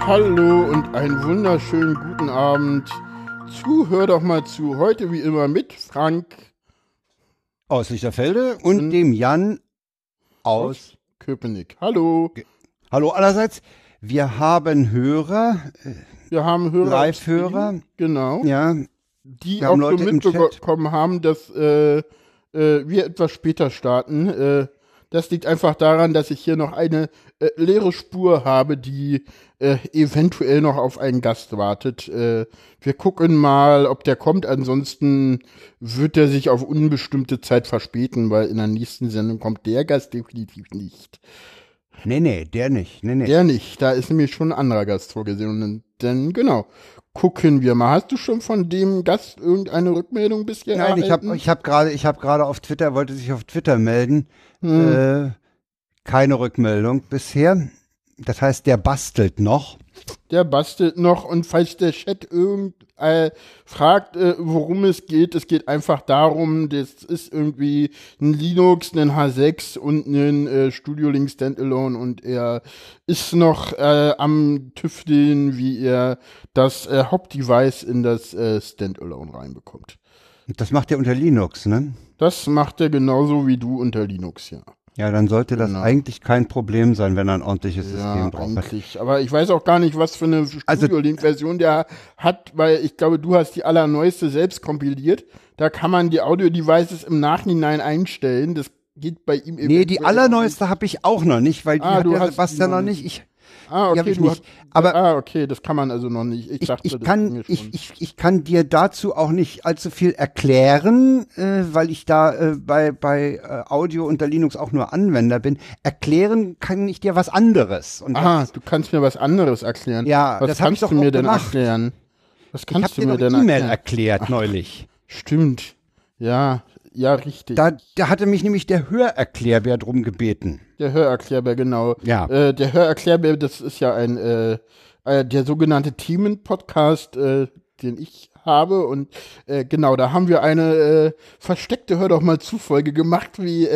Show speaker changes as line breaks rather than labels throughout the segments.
Hallo und einen wunderschönen guten Abend. Hör doch mal zu. Heute wie immer mit Frank
aus Lichterfelde und dem Jan aus
Köpenick. Hallo.
Hallo allerseits. Wir haben Hörer.
Wir haben Hörer.
Live-Hörer.
Genau.
Ja.
Die auch so mitbekommen haben, dass wir etwas später starten. Das liegt einfach daran, dass ich hier noch eine leere Spur habe, die eventuell noch auf einen Gast wartet. Wir gucken mal, ob der kommt. Ansonsten wird er sich auf unbestimmte Zeit verspäten, weil in der nächsten Sendung kommt der Gast definitiv nicht.
Nee, der nicht. Nee.
Der nicht. Da ist nämlich schon ein anderer Gast vorgesehen. Und dann, genau, gucken wir mal. Hast du schon von dem Gast irgendeine Rückmeldung bisher
erhalten?
Nein,
ich hab gerade auf Twitter, wollte sich auf Twitter melden. Keine Rückmeldung bisher. Das heißt, der bastelt noch.
Der bastelt noch, und falls der Chat fragt, worum es geht einfach darum, das ist irgendwie ein Linux, ein H6 und ein Studio Link Standalone, und er ist noch am Tüfteln, wie er das Hauptdevice in das Standalone reinbekommt.
Das macht er unter Linux, ne?
Das macht er genauso wie du unter Linux, ja.
Ja, dann sollte das eigentlich kein Problem sein, wenn er ein ordentliches System braucht.
Eigentlich. Aber ich weiß auch gar nicht, was für eine Studio-Link-Version der hat, weil ich glaube, du hast die allerneueste selbst kompiliert. Da kann man die Audio-Devices im Nachhinein einstellen. Das geht bei ihm
Nee, die allerneueste habe ich auch noch nicht, weil die hat der Sebastian noch nicht.
Okay,
okay,
das kann man also noch nicht.
Ich kann dir dazu auch nicht allzu viel erklären, weil ich da bei Audio unter Linux auch nur Anwender bin. Erklären kann ich dir was anderes. Und
du kannst mir was anderes erklären.
Ja,
was
das kannst
du mir denn erklären? Was kannst du mir denn erklären?
Ich habe dir eine E-Mail erklärt neulich.
Stimmt. Ja, richtig.
Da hatte mich nämlich der Hörerklärbär drum gebeten.
Der Hörerklärbär, genau.
Ja.
Der Hörerklärbär, das ist ja der sogenannte Themen-Podcast, den ich habe. Und genau, da haben wir eine versteckte Hör doch mal zu Folge gemacht, wie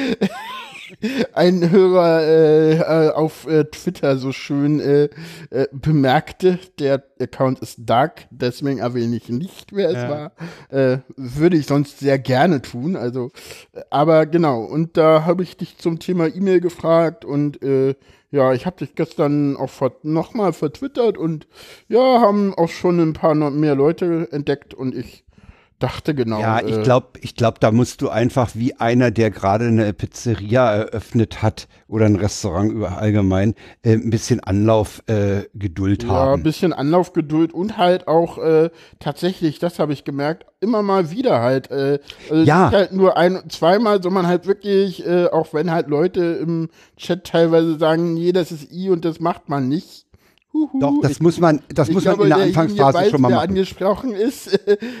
ein Hörer auf Twitter so schön bemerkte. Der Account ist dark, deswegen erwähne ich nicht, wer es war. Würde ich sonst sehr gerne tun. Also, aber genau, und da habe ich dich zum Thema E-Mail gefragt, und ich habe dich gestern auch nochmal vertwittert, und haben auch schon ein paar mehr Leute entdeckt, und ich dachte genau.
Ja, ich glaub, da musst du einfach wie einer, der gerade eine Pizzeria eröffnet hat oder ein Restaurant allgemein, ein bisschen Anlaufgeduld haben. Ja,
ein bisschen Anlaufgeduld und halt auch tatsächlich, das habe ich gemerkt, immer mal wieder halt. Also nicht halt nur zweimal, sondern halt wirklich, auch wenn halt Leute im Chat teilweise sagen, nee, das ist und das macht man nicht.
Doch, das muss man in der Anfangsphase schon mal machen.
Angesprochen ist,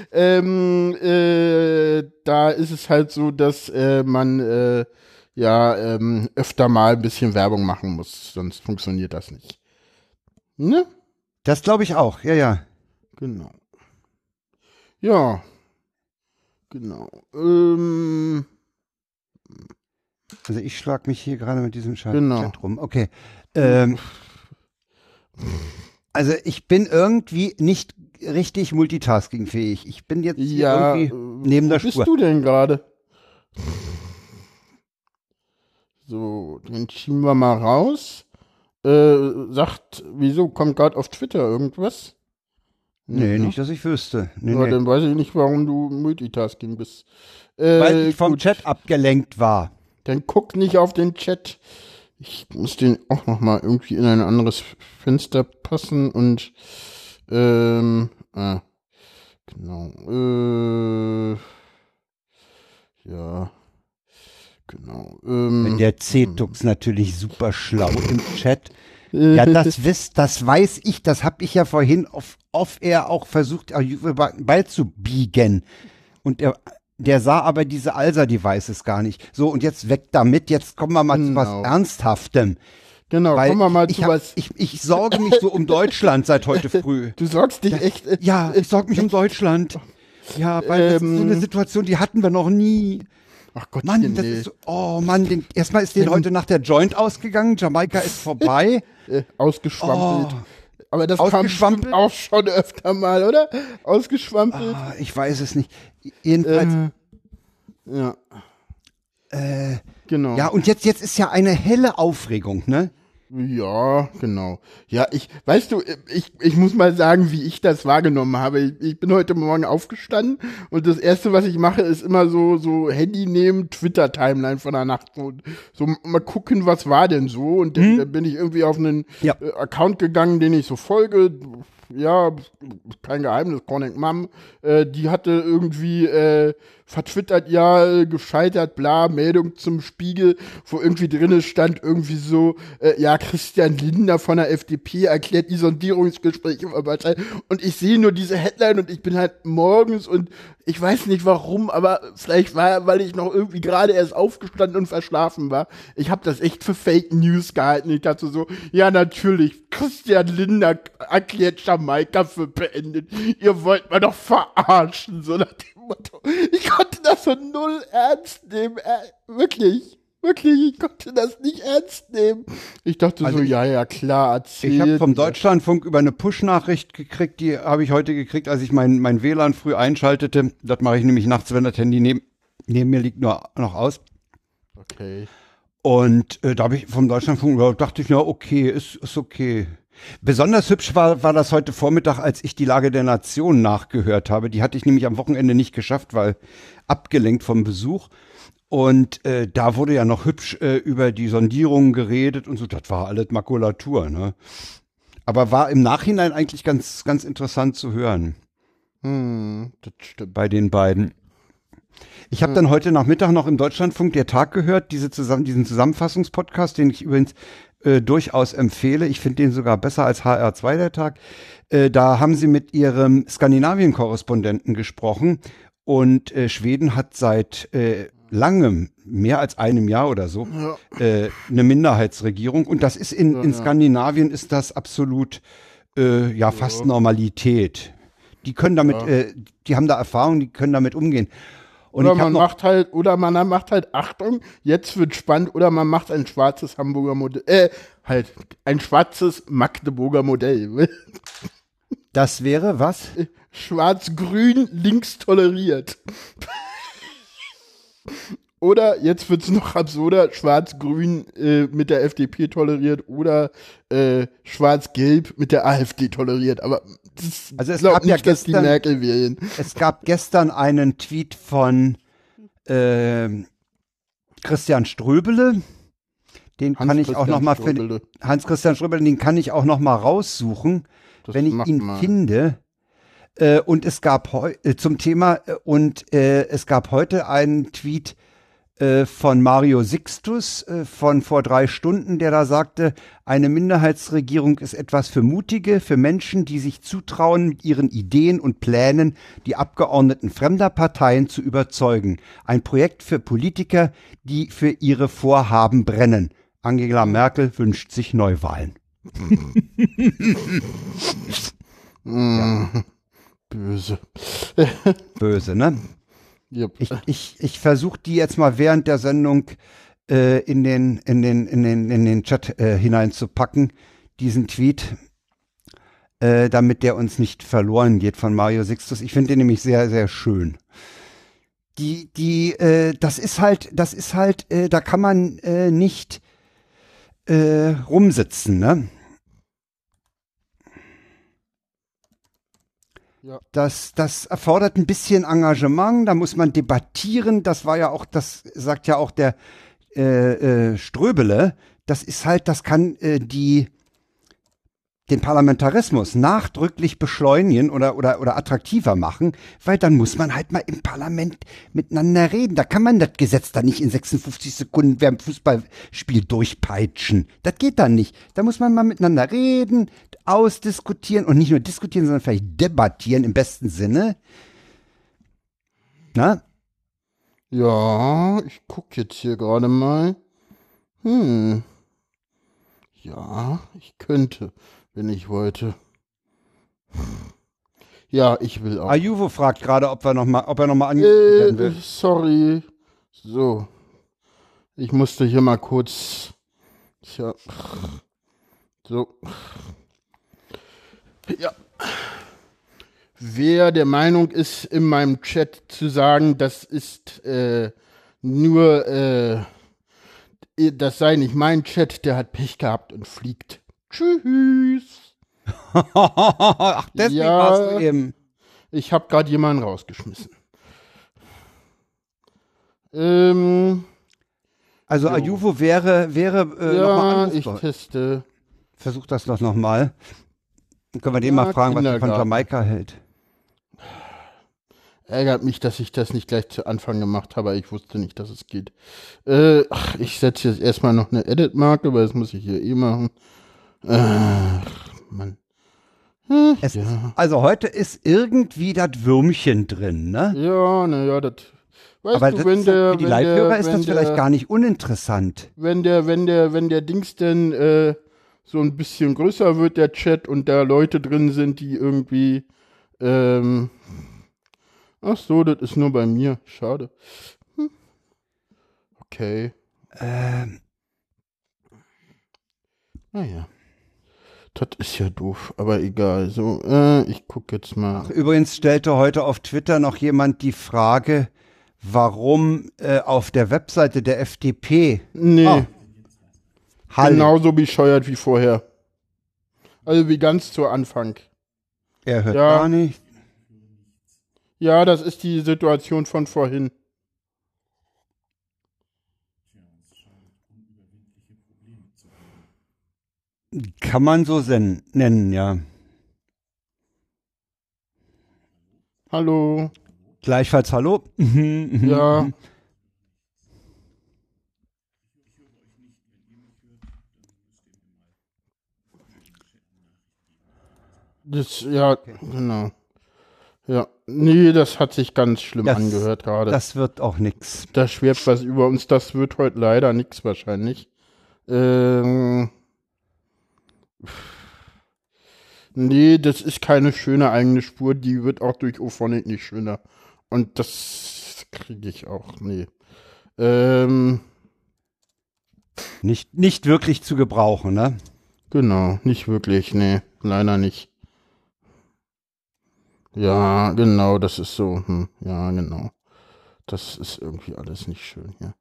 da ist es halt so, dass man öfter mal ein bisschen Werbung machen muss, sonst funktioniert das nicht. Ne?
Das glaube ich auch, ja.
Genau. Ja. Genau.
Also ich schlag mich hier gerade mit diesem Chat rum. Okay. Also ich bin irgendwie nicht richtig multitaskingfähig. Ich bin jetzt irgendwie neben der Spur.
Wo bist du denn gerade? So, den schieben wir mal raus. Wieso kommt gerade auf Twitter irgendwas?
Nee, nicht, dass ich wüsste. Nee.
Dann weiß ich nicht, warum du Multitasking bist.
Weil ich vom Chat abgelenkt war.
Dann guck nicht auf den Chat. Ich muss den auch noch mal irgendwie in ein anderes Fenster passen, und genau. Genau.
Wenn der C-Tux natürlich super schlau im Chat. Ja, das weiß ich, das habe ich ja vorhin off-air auch versucht beizubiegen. Und der sah aber diese ALSA-Devices gar nicht. So, und jetzt weg damit, jetzt kommen wir mal zu was Ernsthaftem.
Genau, kommen wir mal zu was.
Ich sorge mich so um Deutschland seit heute früh.
Du sorgst dich echt?
Ja, ich sorge mich um Deutschland. Ja, weil das ist so eine Situation, die hatten wir noch nie.
Ach Gott,
Mann, das ist so, erstmal ist denen heute Nacht der Joint ausgegangen, Jamaika ist vorbei.
Ausgeschwampelt. Aber das kam bestimmt auch schon öfter mal, oder? Ausgeschwampelt.
Ich weiß es nicht. Jedenfalls.
Ja. Genau.
Ja, und jetzt ist ja eine helle Aufregung, ne?
Ja, genau. Ja, weißt du, ich muss mal sagen, wie ich das wahrgenommen habe. Ich bin heute Morgen aufgestanden und das Erste, was ich mache, ist immer so Handy nehmen, Twitter-Timeline von der Nacht. So mal gucken, was war denn so. Und dann bin ich irgendwie auf einen Account gegangen, den ich so folge. Ja, kein Geheimnis, Connect Mom, die hatte irgendwie vertwittert, ja, gescheitert, bla, Meldung zum Spiegel, wo irgendwie drinne stand, irgendwie so, ja, Christian Lindner von der FDP erklärt die Sondierungsgespräche und ich sehe nur diese Headline und ich bin halt morgens und ich weiß nicht warum, aber vielleicht weil ich noch irgendwie gerade erst aufgestanden und verschlafen war. Ich habe das echt für Fake News gehalten. Ich dachte so, ja natürlich, Christian Lindner erklärt Jamaika für beendet. Ihr wollt mal doch verarschen, so nach dem Motto. Ich konnte das so null ernst nehmen, wirklich. Wirklich, ich konnte das nicht ernst nehmen. Ich dachte also ja, klar, erzählt.
Ich habe vom Deutschlandfunk über eine Push-Nachricht gekriegt, die habe ich heute gekriegt, als ich mein WLAN früh einschaltete. Das mache ich nämlich nachts, wenn das Handy neben mir liegt, nur noch aus.
Okay.
Und da habe ich vom Deutschlandfunk, dachte ich, ja, okay, ist okay. Besonders hübsch war das heute Vormittag, als ich die Lage der Nation nachgehört habe. Die hatte ich nämlich am Wochenende nicht geschafft, weil abgelenkt vom Besuch. Und da wurde ja noch hübsch über die Sondierungen geredet und so. Das war alles Makulatur, ne? Aber war im Nachhinein eigentlich ganz, ganz interessant zu hören.
Das stimmt.
Bei den beiden. Ich habe dann heute Nachmittag noch im Deutschlandfunk der Tag gehört, diesen Zusammenfassungspodcast, den ich übrigens durchaus empfehle. Ich finde den sogar besser als HR2 der Tag. Da haben sie mit ihrem Skandinavien-Korrespondenten gesprochen und Schweden hat seit langem, mehr als einem Jahr oder so, eine Minderheitsregierung. Und das ist in Skandinavien ist das absolut fast Normalität. Die können damit, die haben da Erfahrung, die können damit umgehen. Und
man macht halt, Achtung, jetzt wird spannend, oder man macht ein schwarzes Hamburger Modell, ein schwarzes Magdeburger Modell.
Das wäre was?
Schwarz-Grün links toleriert. Oder jetzt wird's noch absurder, Schwarz-Grün mit der FDP toleriert oder Schwarz-Gelb mit der AfD toleriert. Aber
also es gab ja
dass die Merkel wählen.
Es gab gestern einen Tweet von Christian Ströbele. Den kann ich auch noch mal für Hans-Christian Ströbele, den kann ich auch noch mal raussuchen, wenn ich ihn finde. Und es gab zum Thema es gab heute einen Tweet von Mario Sixtus von vor 3 Stunden, der da sagte, eine Minderheitsregierung ist etwas für Mutige, für Menschen, die sich zutrauen, mit ihren Ideen und Plänen die Abgeordneten fremder Parteien zu überzeugen. Ein Projekt für Politiker, die für ihre Vorhaben brennen. Angela Merkel wünscht sich Neuwahlen.
Ja. Böse.
Böse, ne?
Yep.
Ich versuche die jetzt mal während der Sendung in den Chat hineinzupacken, diesen Tweet, damit der uns nicht verloren geht von Mario Sixtus. Ich finde den nämlich sehr, sehr schön. Das ist halt, da kann man nicht rumsitzen, ne?
Ja.
Das erfordert ein bisschen Engagement, da muss man debattieren, das sagt ja auch der Ströbele, das kann den Parlamentarismus nachdrücklich beschleunigen oder attraktiver machen, weil dann muss man halt mal im Parlament miteinander reden. Da kann man das Gesetz dann nicht in 56 Sekunden während dem Fußballspiel durchpeitschen. Das geht dann nicht. Da muss man mal miteinander reden, ausdiskutieren und nicht nur diskutieren, sondern vielleicht debattieren im besten Sinne. Na?
Ja, ich gucke jetzt hier gerade mal. Ja, ich könnte, wenn ich wollte. Ja, ich will auch.
Ayuvo fragt gerade, ob er noch mal angehen will.
Sorry. So. Ich musste hier mal kurz. Tja. So. Ja. Wer der Meinung ist, in meinem Chat zu sagen, das ist nur, das sei nicht mein Chat, der hat Pech gehabt und fliegt. Tschüss.
Ach, deswegen warst du
Ja,
eben.
ich habe gerade jemanden rausgeschmissen. Ähm,
Also
jo.
Ayuvo wäre
Ja,
nochmal
ich
anrufbar.
teste.
Versuch das doch nochmal. Dann können wir den
Ja,
mal fragen, was er von
Kindergarten.
Jamaika hält.
Ärgert mich, dass ich das nicht gleich zu Anfang gemacht habe, aber ich wusste nicht, dass es geht. Ich setze jetzt erstmal noch eine Edit-Marke, weil das muss ich hier eh machen. Mann. Ja.
Also heute ist irgendwie das Würmchen drin, ne?
Ja, naja, das. Weißt
Aber
du,
das
wenn
ist ja,
der,
für die
wenn
Live-Hörer
der,
ist
wenn
das vielleicht
der,
gar nicht uninteressant.
wenn der Dings denn so ein bisschen größer wird, der Chat, und da Leute drin sind, die irgendwie, ach so, das ist nur bei mir. Schade. Okay. Naja. Das ist ja doof, aber egal. So, ich gucke jetzt mal.
Übrigens stellte heute auf Twitter noch jemand die Frage, warum auf der Webseite der FDP
Nee,
Halle,
genauso bescheuert wie vorher. Also wie ganz zu Anfang.
er hört
Ja.
gar nicht.
Ja, das ist die Situation von vorhin.
Kann man so nennen, ja.
Hallo.
Gleichfalls hallo.
Ja. Ja, genau. Ja, nee, das hat sich ganz schlimm angehört gerade.
Das wird auch nix.
Da schwebt was über uns, das wird heute leider nix wahrscheinlich. Nee, das ist keine schöne eigene Spur, die wird auch durch Ophonic nicht schöner. Und das kriege ich auch, nee.
Nicht wirklich zu gebrauchen, ne?
Genau, nicht wirklich, nee, leider nicht. Ja, genau, das ist so, ja, genau. Das ist irgendwie alles nicht schön hier.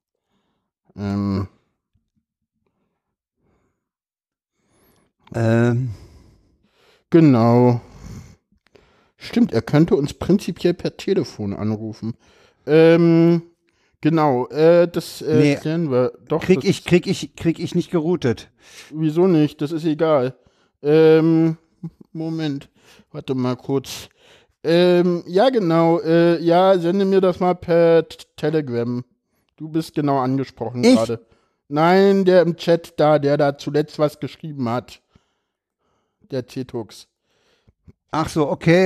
Genau. Stimmt, er könnte uns prinzipiell per Telefon anrufen. Genau, das
Nee,
klären wir. Doch,
krieg ich nicht geroutet.
wieso nicht? Das ist egal. Moment, warte mal kurz. Ja, genau. Ja, sende mir das mal per Telegram. Du bist genau angesprochen
Ich?
gerade. Nein, der im Chat da, der da zuletzt was geschrieben hat. Der Cetux.
Ach so, okay.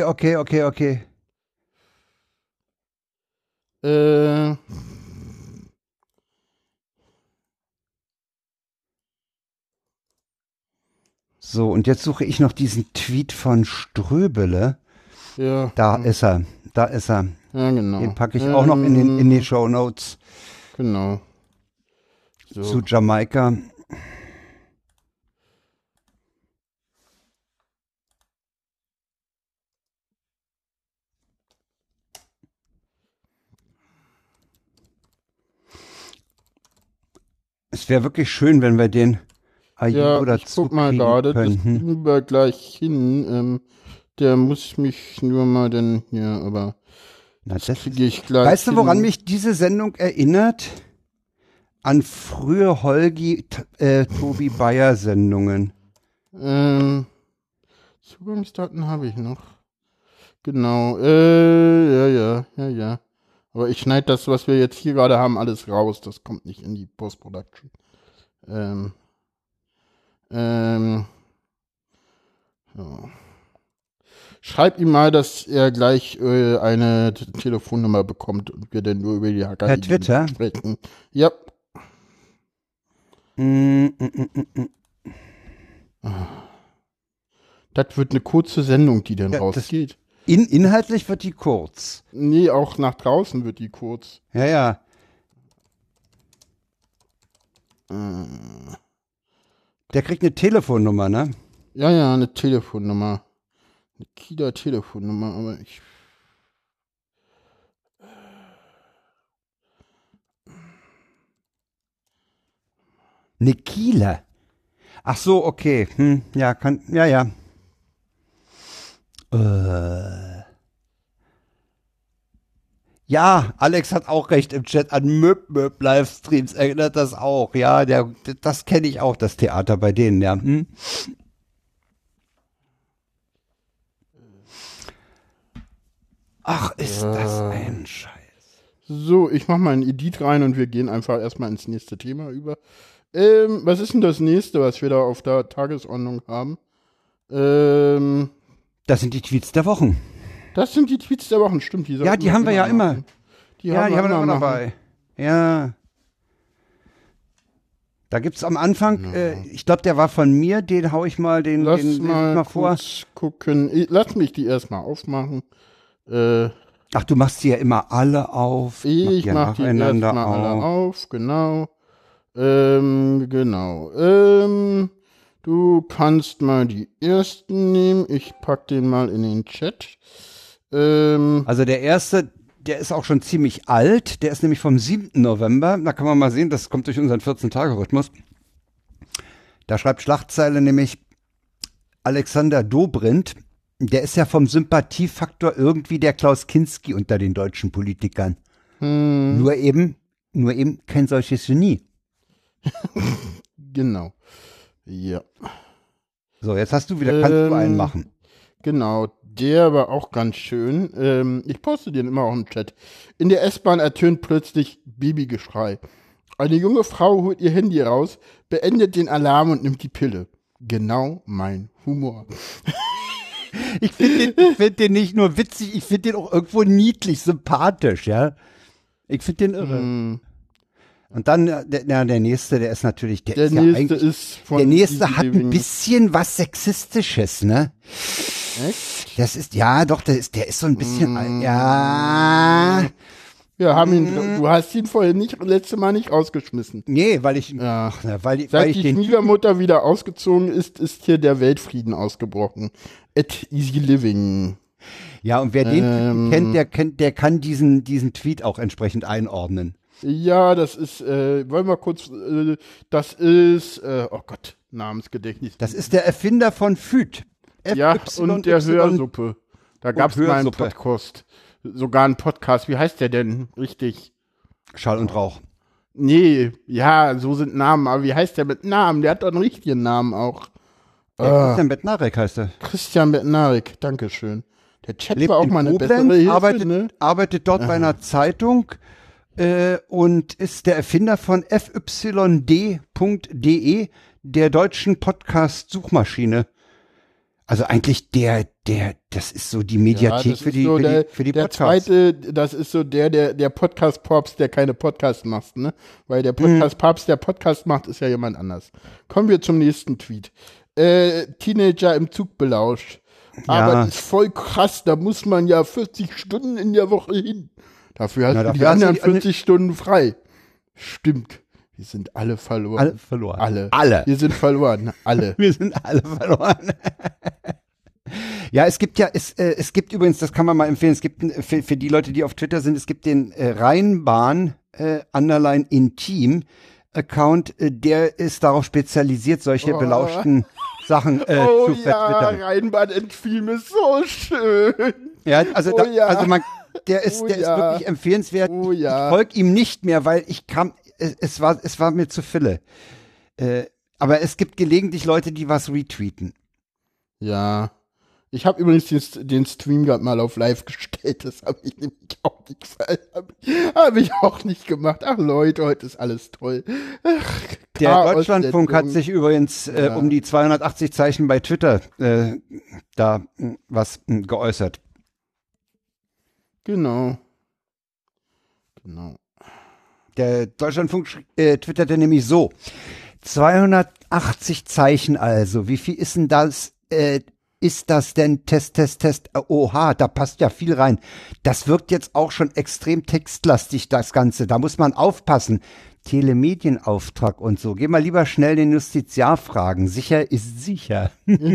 So, und jetzt suche ich noch diesen Tweet von Ströbele.
Ja.
Da ist er.
Ja, genau.
Den packe ich auch noch in die Shownotes.
Genau. So.
Zu Jamaika. Es wäre wirklich schön, wenn wir den Ayuvo dazu
guck mal
kriegen
gerade, das
könnten.
kriegen wir gleich hin. Der muss mich nur mal dann hier, aber
Na,
das kriege ich gleich
weißt du, woran
hin.
mich diese Sendung erinnert? An frühe Tobi Bayer Sendungen.
Zugangsdaten habe ich noch. Genau. Ja. Aber ich schneide das, was wir jetzt hier gerade haben, alles raus. Das kommt nicht in die Post-Production. So. Schreib ihm mal, dass er gleich eine Telefonnummer bekommt und wir dann nur über die HKI
Per Twitter?
sprechen. Ja. Das wird eine kurze Sendung, die dann rausgeht.
Inhaltlich wird die kurz.
Nee, auch nach draußen wird die kurz.
Ja. Der kriegt eine Telefonnummer, ne?
Ja, eine Telefonnummer. Eine Kieler Telefonnummer, aber ich.
Eine Kieler. Ach so, okay. Ja, ja. Ja, Alex hat auch recht im Chat an Livestreams, erinnert das auch. Ja, das kenne ich auch, das Theater bei denen, ja. Ach, ist das ein Scheiß.
So, ich mach mal ein Edit rein und wir gehen einfach erstmal ins nächste Thema über. Was ist denn das nächste, was wir da auf der Tagesordnung haben?
Das sind die Tweets der Wochen.
Das sind die Tweets der Wochen, stimmt.
Ja, die haben wir ja immer.
Die haben wir immer
dabei. Ja. Da gibt's am Anfang, ich glaube, der war von mir, den hau ich mal, den mal vor.
Gucken. Lass mich die erstmal aufmachen.
Ach, du machst die ja immer alle auf.
Ich mach die erstmal alle auf, genau. Du kannst mal die ersten nehmen. Ich pack den mal in den Chat.
Also der erste, der ist auch schon ziemlich alt. Der ist nämlich vom 7. November. Da kann man mal sehen, das kommt durch unseren 14-Tage-Rhythmus. Da schreibt Schlagzeile nämlich Alexander Dobrindt. Der ist ja vom Sympathiefaktor irgendwie der Klaus Kinski unter den deutschen Politikern. Nur eben kein solches Genie.
Genau. Ja.
So, jetzt hast du wieder, kannst du einen machen.
Genau, der war auch ganz schön. Ich poste den immer auch im Chat. In der S-Bahn ertönt plötzlich Babygeschrei. Eine junge Frau holt ihr Handy raus, beendet den Alarm und nimmt die Pille. Genau mein Humor.
Ich find den nicht nur witzig, ich finde den auch irgendwo niedlich, sympathisch, ja. Ich finde den irre. Und dann, der nächste, der ist natürlich, der nächste hat ein bisschen was Sexistisches, ne?
Echt?
Das ist, ja, doch, der ist so ein bisschen, ja.
Wir haben ihn, du hast ihn vorhin letzte Mal nicht rausgeschmissen.
Nee, weil ich
Seit die Schwiegermutter wieder ausgezogen ist, ist hier der Weltfrieden ausgebrochen. At Easy Living.
Ja, und wer den kennt, der kann diesen Tweet auch entsprechend einordnen.
Ja, das ist, wollen wir kurz, das ist, oh Gott, Namensgedächtnis.
Das ist der Erfinder von FÜD.
Ja, und der Hörsuppe. Da gab es mal einen Podcast. Sogar einen Podcast. Wie heißt der denn richtig?
Schall und Rauch.
Nee, ja, so sind Namen. Aber wie heißt der mit Namen? Der hat doch einen richtigen Namen auch.
Christian Bednarek heißt er.
Christian Bednarek, dankeschön. Der Chat
lebt
war auch
in
mal eine
Koblenz,
bessere Hilfe,
arbeitet dort bei einer Zeitung und ist der Erfinder von fyd.de, der deutschen Podcast-Suchmaschine. Also eigentlich das ist so die Mediathek für die Podcasts.
Der zweite, das ist so der Podcast-Papst, der keine Podcasts macht, ne? Weil der Podcast-Papst, der Podcast macht, ist ja jemand anders. Kommen wir zum nächsten Tweet. Teenager im Zug belauscht. Aber das ist voll krass, da muss man ja 40 Stunden in der Woche hin. Dafür hast du die anderen 40 Stunden frei. Stimmt. Wir sind alle verloren.
Alle verloren.
Alle. Wir sind verloren. Alle.
Wir sind alle verloren. Ja, es gibt übrigens, das kann man mal empfehlen, es gibt für die Leute, die auf Twitter sind, es gibt den Rheinbahn _intim Account, der ist darauf spezialisiert, solche belauschten Sachen zu vertwittern.
Ja, Rheinbahn entfiel mir so schön.
Ja, also der ist wirklich empfehlenswert. Ich folge ihm nicht mehr, weil es war mir zu Fülle. Aber es gibt gelegentlich Leute, die was retweeten.
Ja. Ich habe übrigens den Stream gerade mal auf live gestellt. Das habe ich nämlich auch nicht habe ich auch nicht gemacht. Ach Leute, heute ist alles toll.
Der Deutschlandfunk hat sich übrigens um die 280 Zeichen bei Twitter da was geäußert.
Genau.
Der Deutschlandfunk twitterte nämlich so: 280 Zeichen also. Wie viel ist denn das? Ist das denn Test? Oha, da passt ja viel rein. Das wirkt jetzt auch schon extrem textlastig, das Ganze. Da muss man aufpassen. Telemedienauftrag und so. Geh mal lieber schnell den Justiziar fragen. Sicher ist sicher.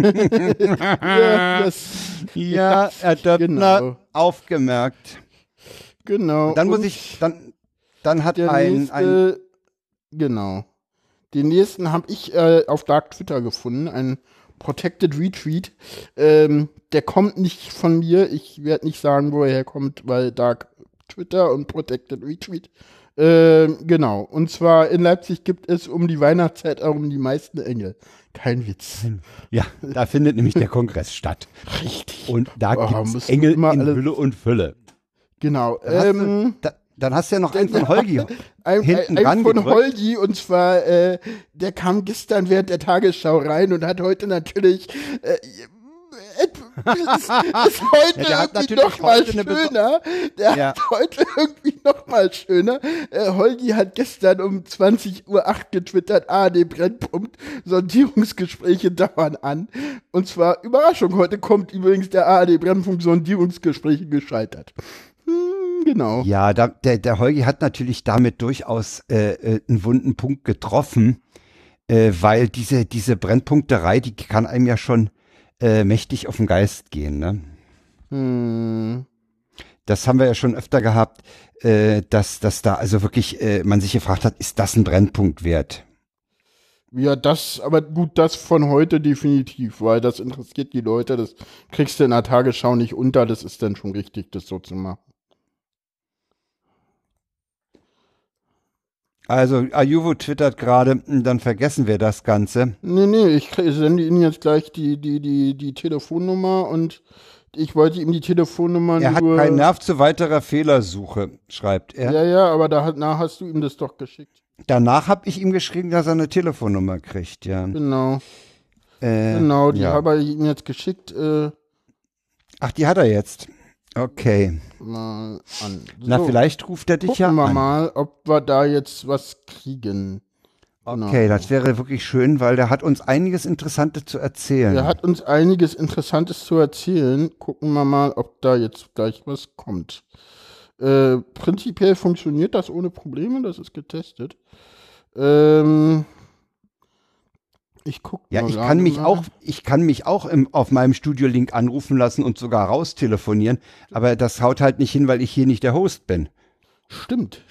Ja, Herr Döppner,
genau.
aufgemerkt.
Genau.
Und dann muss
Und
ich, dann hat
der
ein,
nächste, genau. Den nächsten habe ich auf Dark Twitter gefunden, ein Protected Retweet. Der kommt nicht von mir. Ich werde nicht sagen, wo er herkommt, weil Dark Twitter und Protected Retweet. Genau. Und zwar in Leipzig gibt es um die Weihnachtszeit herum die meisten Engel. Kein Witz.
ja, da findet nämlich der Kongress statt.
Richtig.
Und da gibt's
müssen
Engel
immer
in
alle-
Hülle und Fülle.
Genau.
Dann hast du ja noch einen von Holgi.
Ein
hinten dran
von
gedrückt.
Holgi, und zwar, der kam gestern während der Tagesschau rein und hat heute natürlich ist heute
Ja, der hat
irgendwie
natürlich
noch mal
heute eine
schöner. Der
Ja.
hat heute irgendwie noch mal schöner. Holgi hat gestern um 20:08 Uhr getwittert, ARD Brennpunkt, Sondierungsgespräche dauern an. Und zwar, Überraschung, heute kommt übrigens der ARD Brennpunkt Sondierungsgespräche gescheitert. Genau.
Ja, der Holgi hat natürlich damit durchaus einen wunden Punkt getroffen, weil diese Brennpunkterei, die kann einem ja schon mächtig auf den Geist gehen, ne? Das haben wir ja schon öfter gehabt, dass da also wirklich man sich gefragt hat, ist das ein Brennpunkt wert?
Ja, aber gut, das von heute definitiv, weil das interessiert die Leute, das kriegst du in der Tagesschau nicht unter, das ist dann schon richtig, das so zu machen.
Also Ayuvo twittert gerade, dann vergessen wir das Ganze.
Nee, ich sende Ihnen jetzt gleich die Telefonnummer, und ich wollte ihm die Telefonnummer
Er hat
nur...
keinen Nerv zu weiterer Fehlersuche, schreibt er.
Ja, aber danach hast du ihm das doch geschickt.
Danach habe ich ihm geschrieben, dass er eine Telefonnummer kriegt, ja.
Genau, die
ja.
habe ich ihm jetzt geschickt.
Ach, die hat er jetzt. Okay.
Mal an.
Na,
So,
vielleicht ruft er dich
gucken
ja
wir
an.
mal, ob wir da jetzt was kriegen.
Okay,
Genau.
das wäre wirklich schön, weil der hat uns einiges Interessantes zu erzählen.
Er hat uns einiges Interessantes zu erzählen. Gucken wir mal, ob da jetzt gleich was kommt. Prinzipiell funktioniert das ohne Probleme, das ist getestet. Ich gucke
Ja, ich kann mich auch auf meinem Studio-Link anrufen lassen und sogar raus telefonieren, aber das haut halt nicht hin, weil ich hier nicht der Host bin.
Stimmt.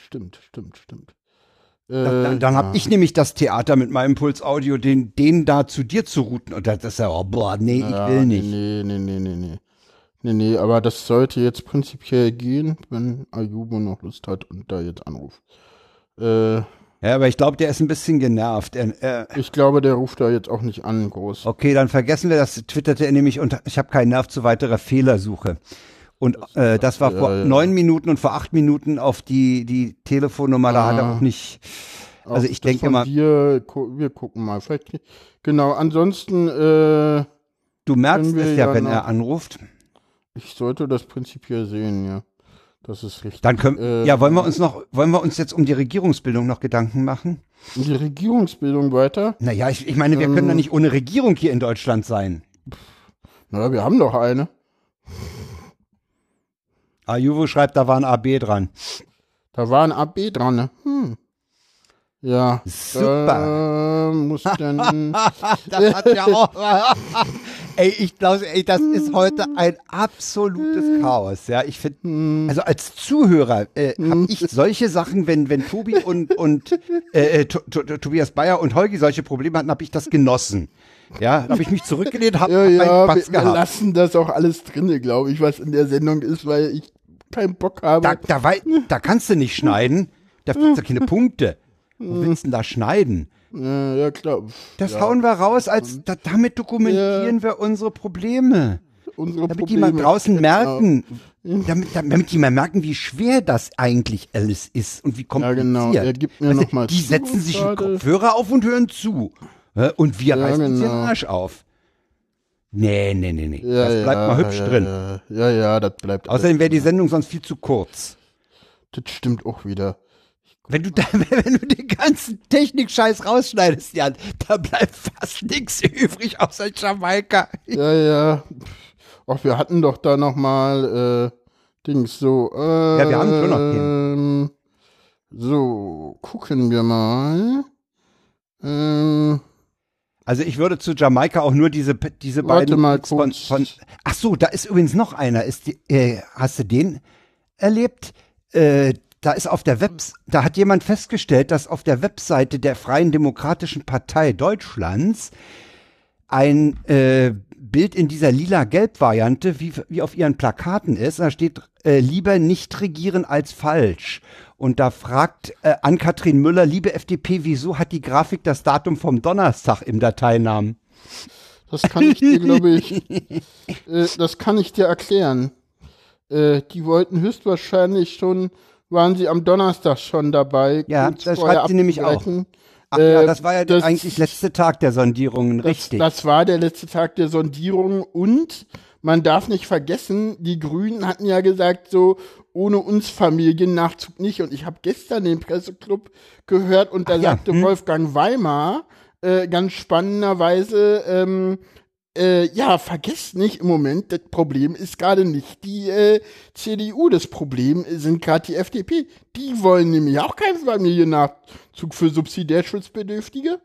Dann habe ich nämlich das Theater mit meinem Puls Audio, den da zu dir zu routen. Und das ist ja, ich will nicht.
Nee, aber das sollte jetzt prinzipiell gehen, wenn Ayubo noch Lust hat und da jetzt anruft.
Ja, aber ich glaube, der ist ein bisschen genervt.
Ich glaube, der ruft da jetzt auch nicht an, groß.
Okay, dann vergessen wir das, twitterte er nämlich, und ich habe keinen Nerv zu weiterer Fehlersuche. Und das war vor 9 Minuten, und vor 8 Minuten auf die Telefonnummer, da hat er auch nicht, also ich denke mal.
Wir gucken mal, vielleicht, genau, ansonsten,
Du merkst es ja, wenn
noch-
er anruft.
ich sollte das prinzipiell sehen, ja. Das ist richtig.
Dann können, wollen wir uns jetzt um die Regierungsbildung noch Gedanken machen?
Die Regierungsbildung weiter?
Naja, ich meine, wir können doch nicht ohne Regierung hier in Deutschland sein.
Na, wir haben doch eine.
Ayuvo schreibt, da war ein AB dran.
Da war ein AB dran, ne? Ja.
Super.
Muss dann.
Das hat ja auch. Ich glaube, das ist heute ein absolutes Chaos. Ja, ich finde, also als Zuhörer habe ich solche Sachen, wenn Tobi und Tobias Bayer und Holgi solche Probleme hatten, habe ich das genossen. Ja, da habe ich mich zurückgelehnt, habe meinen Spaß
wir
gehabt.
lassen das auch alles drinne, glaube ich, was in der Sendung ist, weil ich keinen Bock habe.
Da kannst du nicht schneiden, da findest du keine Punkte. Wo willst du denn da schneiden?
Ja, klar.
Das hauen wir raus, damit dokumentieren wir unsere Probleme. Damit die mal draußen merken, damit die mal merken, wie schwer das eigentlich alles ist und wie kompliziert.
Ja, genau. Er gibt mir noch mal
die setzen sich einen Kopfhörer auf und hören zu. Und wir reißen uns den Arsch auf. Nee. Das bleibt mal hübsch drin.
Ja, das bleibt.
Außerdem wäre die Sendung sonst viel zu kurz.
Das stimmt auch wieder.
Wenn du den ganzen Technik-Scheiß rausschneidest, Jan, da bleibt fast nichts übrig außer Jamaika.
Ja. Ach, wir hatten doch da noch mal Dings so.
Ja, wir haben schon noch
So, gucken wir mal. Ähm,
Also ich würde zu Jamaika auch nur diese
Warte
beiden
mal
Tweets
kurz.
ach so, da ist übrigens noch einer. Hast du den erlebt? Da ist da hat jemand festgestellt, dass auf der Webseite der Freien Demokratischen Partei Deutschlands ein Bild in dieser lila-gelb-Variante, wie auf ihren Plakaten ist. Da steht, lieber nicht regieren als falsch. Und da fragt Ann-Kathrin Müller, liebe FDP, wieso hat die Grafik das Datum vom Donnerstag im Dateinamen?
Das kann ich dir, glaube ich, das kann ich dir erklären. Die wollten höchstwahrscheinlich schon, waren sie am Donnerstag schon dabei.
Ja, das schreibt sie nämlich auch. Ach ja, das war ja eigentlich letzte Tag der Sondierungen, richtig.
Das war der letzte Tag der Sondierungen und man darf nicht vergessen, die Grünen hatten ja gesagt, so ohne uns Familiennachzug nicht. Und ich habe gestern den Presseclub gehört und da sagte Wolfgang Weimar ganz spannenderweise, ja, vergesst nicht im Moment, das Problem ist gerade nicht die CDU, das Problem sind gerade die FDP. Die wollen nämlich auch keinen Familiennachzug für Subsidiärschutzbedürftige.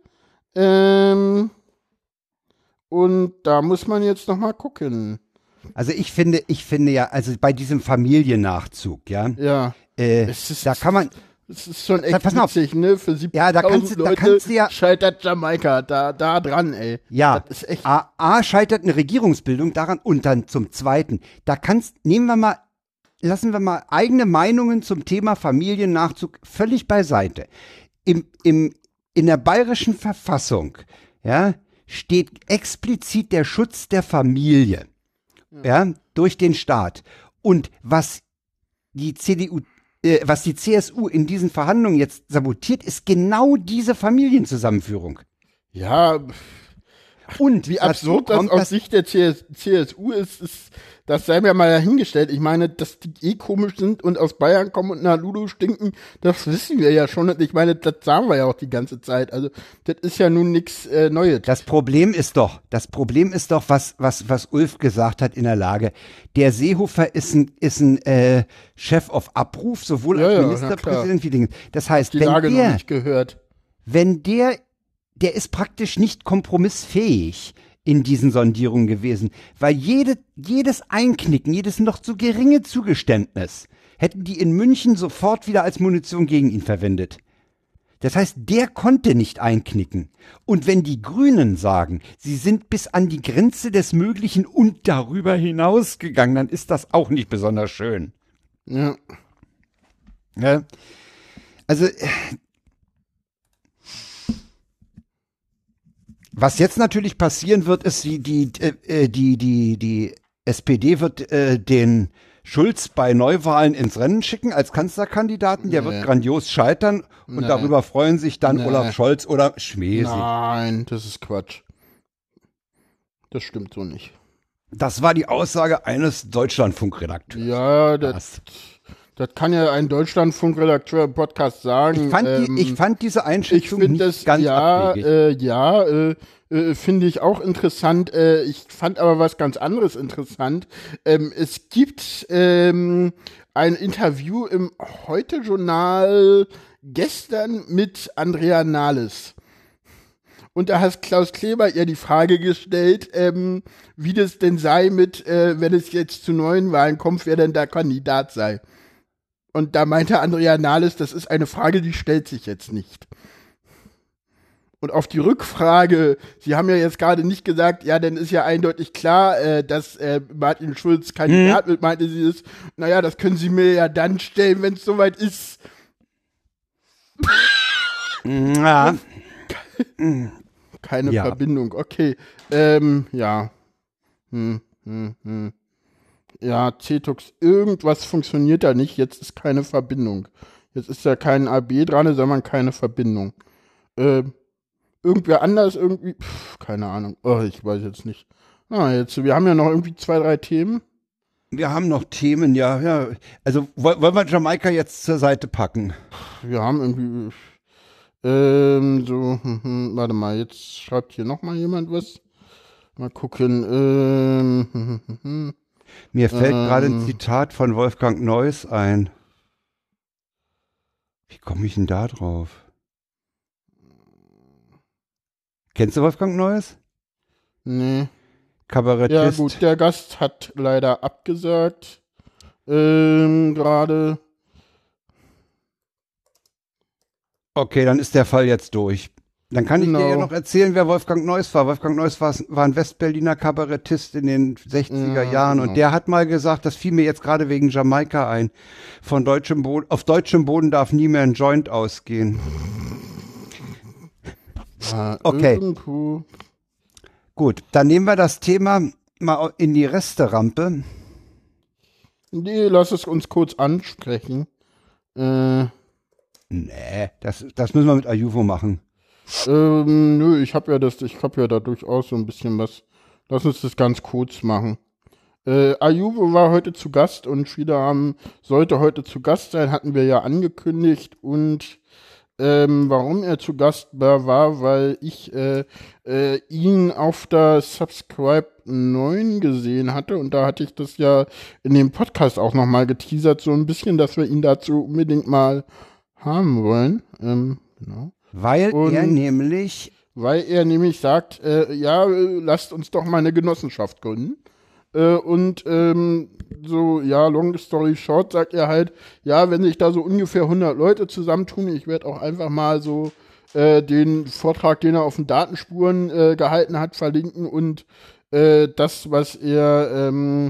Und da muss man jetzt noch mal gucken.
Also ich finde ja, also bei diesem Familiennachzug, ja, da kann man.
Das ist schon echt witzig, ne? Für 70.000 Leute scheitert Jamaika da dran, ey.
Ja, das ist echt. A scheitert eine Regierungsbildung daran und dann zum Zweiten. Lassen wir mal eigene Meinungen zum Thema Familiennachzug völlig beiseite. In der bayerischen Verfassung, ja, steht explizit der Schutz der Familie, ja, durch den Staat. Und was die CSU in diesen Verhandlungen jetzt sabotiert, ist genau diese Familienzusammenführung.
Ja, und wie absurd das aus Sicht der CSU ist, das sei mir mal dahingestellt. Ich meine, dass die komisch sind und aus Bayern kommen und nach Lulu stinken, das wissen wir ja schon. Und ich meine, das sagen wir ja auch die ganze Zeit. Also, das ist ja nun nichts Neues.
Das Problem ist doch, was Ulf gesagt hat in der Lage. Der Seehofer ist ein Chef auf Abruf, sowohl als Ministerpräsident wie Dinge. Das heißt,
die Lage noch nicht gehört.
Wenn der ist praktisch nicht kompromissfähig in diesen Sondierungen gewesen, weil jedes Einknicken, jedes noch so geringe Zugeständnis hätten die in München sofort wieder als Munition gegen ihn verwendet. Das heißt, der konnte nicht einknicken. Und wenn die Grünen sagen, sie sind bis an die Grenze des Möglichen und darüber hinausgegangen, dann ist das auch nicht besonders schön.
Ja.
Ja. Also was jetzt natürlich passieren wird, ist, die SPD wird den Schulz bei Neuwahlen ins Rennen schicken als Kanzlerkandidaten. Der wird grandios scheitern und darüber freuen sich dann Olaf Scholz oder Schmesi.
Nein, das ist Quatsch. Das stimmt so nicht.
Das war die Aussage eines Deutschlandfunkredakteurs.
Ja, das kann ja ein Deutschlandfunkredakteur im Podcast sagen.
Ich fand diese Einschätzung nicht ganz abwegig.
Finde ich auch interessant. Ich fand aber was ganz anderes interessant. Es gibt ein Interview im Heute-Journal gestern mit Andrea Nahles. Und da hat Klaus Kleber ihr die Frage gestellt, wie das denn sei mit, wenn es jetzt zu neuen Wahlen kommt, wer denn da Kandidat sei. Und da meinte Andrea Nahles, das ist eine Frage, die stellt sich jetzt nicht. Und auf die Rückfrage, Sie haben ja jetzt gerade nicht gesagt, ja, dann ist ja eindeutig klar, dass Martin Schulz Kandidat wird, meinte sie es. Naja, das können Sie mir ja dann stellen, wenn es soweit ist.
Ja.
Keine Verbindung, okay. Ja. Ja, CTUX, irgendwas funktioniert da nicht, jetzt ist keine Verbindung. Jetzt ist ja kein AB dran, sondern keine Verbindung. Irgendwer anders irgendwie, keine Ahnung. Oh, ich weiß jetzt nicht. Wir haben ja noch irgendwie 2, 3 Themen.
Wir haben noch Themen, ja. Also wollen wir Jamaika jetzt zur Seite packen?
Wir haben irgendwie, warte mal, jetzt schreibt hier noch mal jemand was. Mal gucken,
Mir fällt gerade ein Zitat von Wolfgang Neuss ein. Wie komme ich denn da drauf? Kennst du Wolfgang Neues?
Nee.
Kabarettist.
Ja gut, der Gast hat leider abgesagt. Gerade.
Okay, dann ist der Fall jetzt durch. Dann kann ich dir ja noch erzählen, wer Wolfgang Neuss war. Wolfgang Neuss war ein Westberliner Kabarettist in den 60er Jahren.
Genau.
Und der hat mal gesagt, das fiel mir jetzt gerade wegen Jamaika ein, auf deutschem Boden darf nie mehr ein Joint ausgehen. Okay.
Irgendwo.
Gut, dann nehmen wir das Thema mal in die Resterampe.
Nee, lass es uns kurz ansprechen.
Nee, das müssen wir mit Ayuvo machen.
Nö, ich hab ja da durchaus so ein bisschen was. Lass uns das ganz kurz machen. Ayuvo war heute zu Gast und sollte heute zu Gast sein, hatten wir ja angekündigt. Und warum er zu Gast war, weil ich ihn auf der Subscribe 9 gesehen hatte. Und da hatte ich das ja in dem Podcast auch nochmal geteasert, so ein bisschen, dass wir ihn dazu unbedingt mal haben wollen. Genau.
Weil er nämlich sagt, lasst uns doch mal eine Genossenschaft gründen. Long story short, sagt er halt, ja, wenn sich da so ungefähr 100 Leute zusammentun, ich werde auch einfach mal so den Vortrag, den er auf den Datenspuren gehalten hat, verlinken und das, was er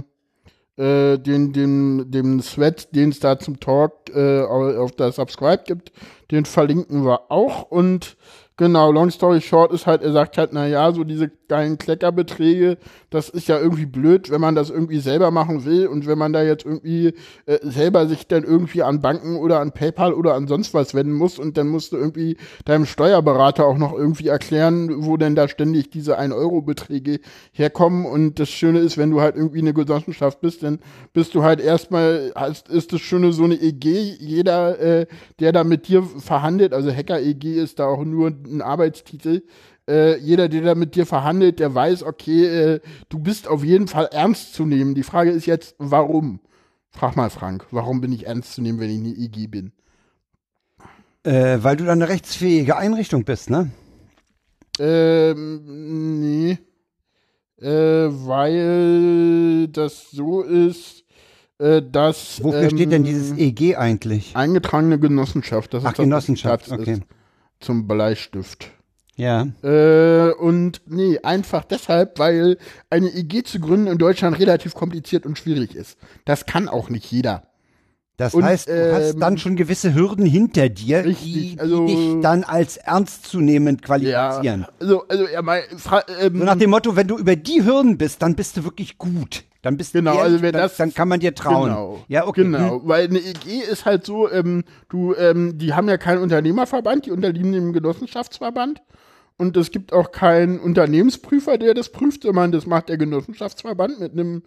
dem Thread, den es da zum Talk auf der Subscribe gibt, den verlinken wir auch. Und genau, long story short ist halt, er sagt halt, naja, so diese geilen Kleckerbeträge, das ist ja irgendwie blöd, wenn man das irgendwie selber machen will und wenn man da jetzt irgendwie selber sich dann irgendwie an Banken oder an PayPal oder an sonst was wenden muss und dann musst du irgendwie deinem Steuerberater auch noch irgendwie erklären, wo denn da ständig diese 1-Euro-Beträge herkommen. Und das Schöne ist, wenn du halt irgendwie eine Genossenschaft bist, dann bist du halt erstmal, ist das Schöne so eine EG, jeder, der da mit dir verhandelt, also Hacker-EG ist da auch nur ein Arbeitstitel, jeder, der da mit dir verhandelt, der weiß, okay, du bist auf jeden Fall ernst zu nehmen. Die Frage ist jetzt, warum? Frag mal, Frank, warum bin ich ernst zu nehmen, wenn ich eine EG bin? Weil du dann eine rechtsfähige Einrichtung bist, ne?
Nee. Weil das so ist, dass.
Wofür steht denn dieses EG eigentlich?
Eingetragene Genossenschaft. Das ist
Genossenschaft, okay.
Ist zum Bleistift.
Ja.
Und nee, einfach deshalb, weil eine EG zu gründen in Deutschland relativ kompliziert und schwierig ist. Das kann auch nicht jeder.
Das heißt, du hast dann schon gewisse Hürden hinter dir,
richtig,
die dich dann als ernstzunehmend qualifizieren.
Ja, also er
so nach dem Motto, wenn du über die Hürden bist, dann bist du wirklich gut. Dann bist du ehrlich, dann kann man dir trauen.
Genau,
ja, okay.
Genau, weil eine EG ist halt so, die haben ja keinen Unternehmerverband, die unterliegen dem Genossenschaftsverband. Und es gibt auch keinen Unternehmensprüfer, der das prüft, sondern das macht der Genossenschaftsverband mit einem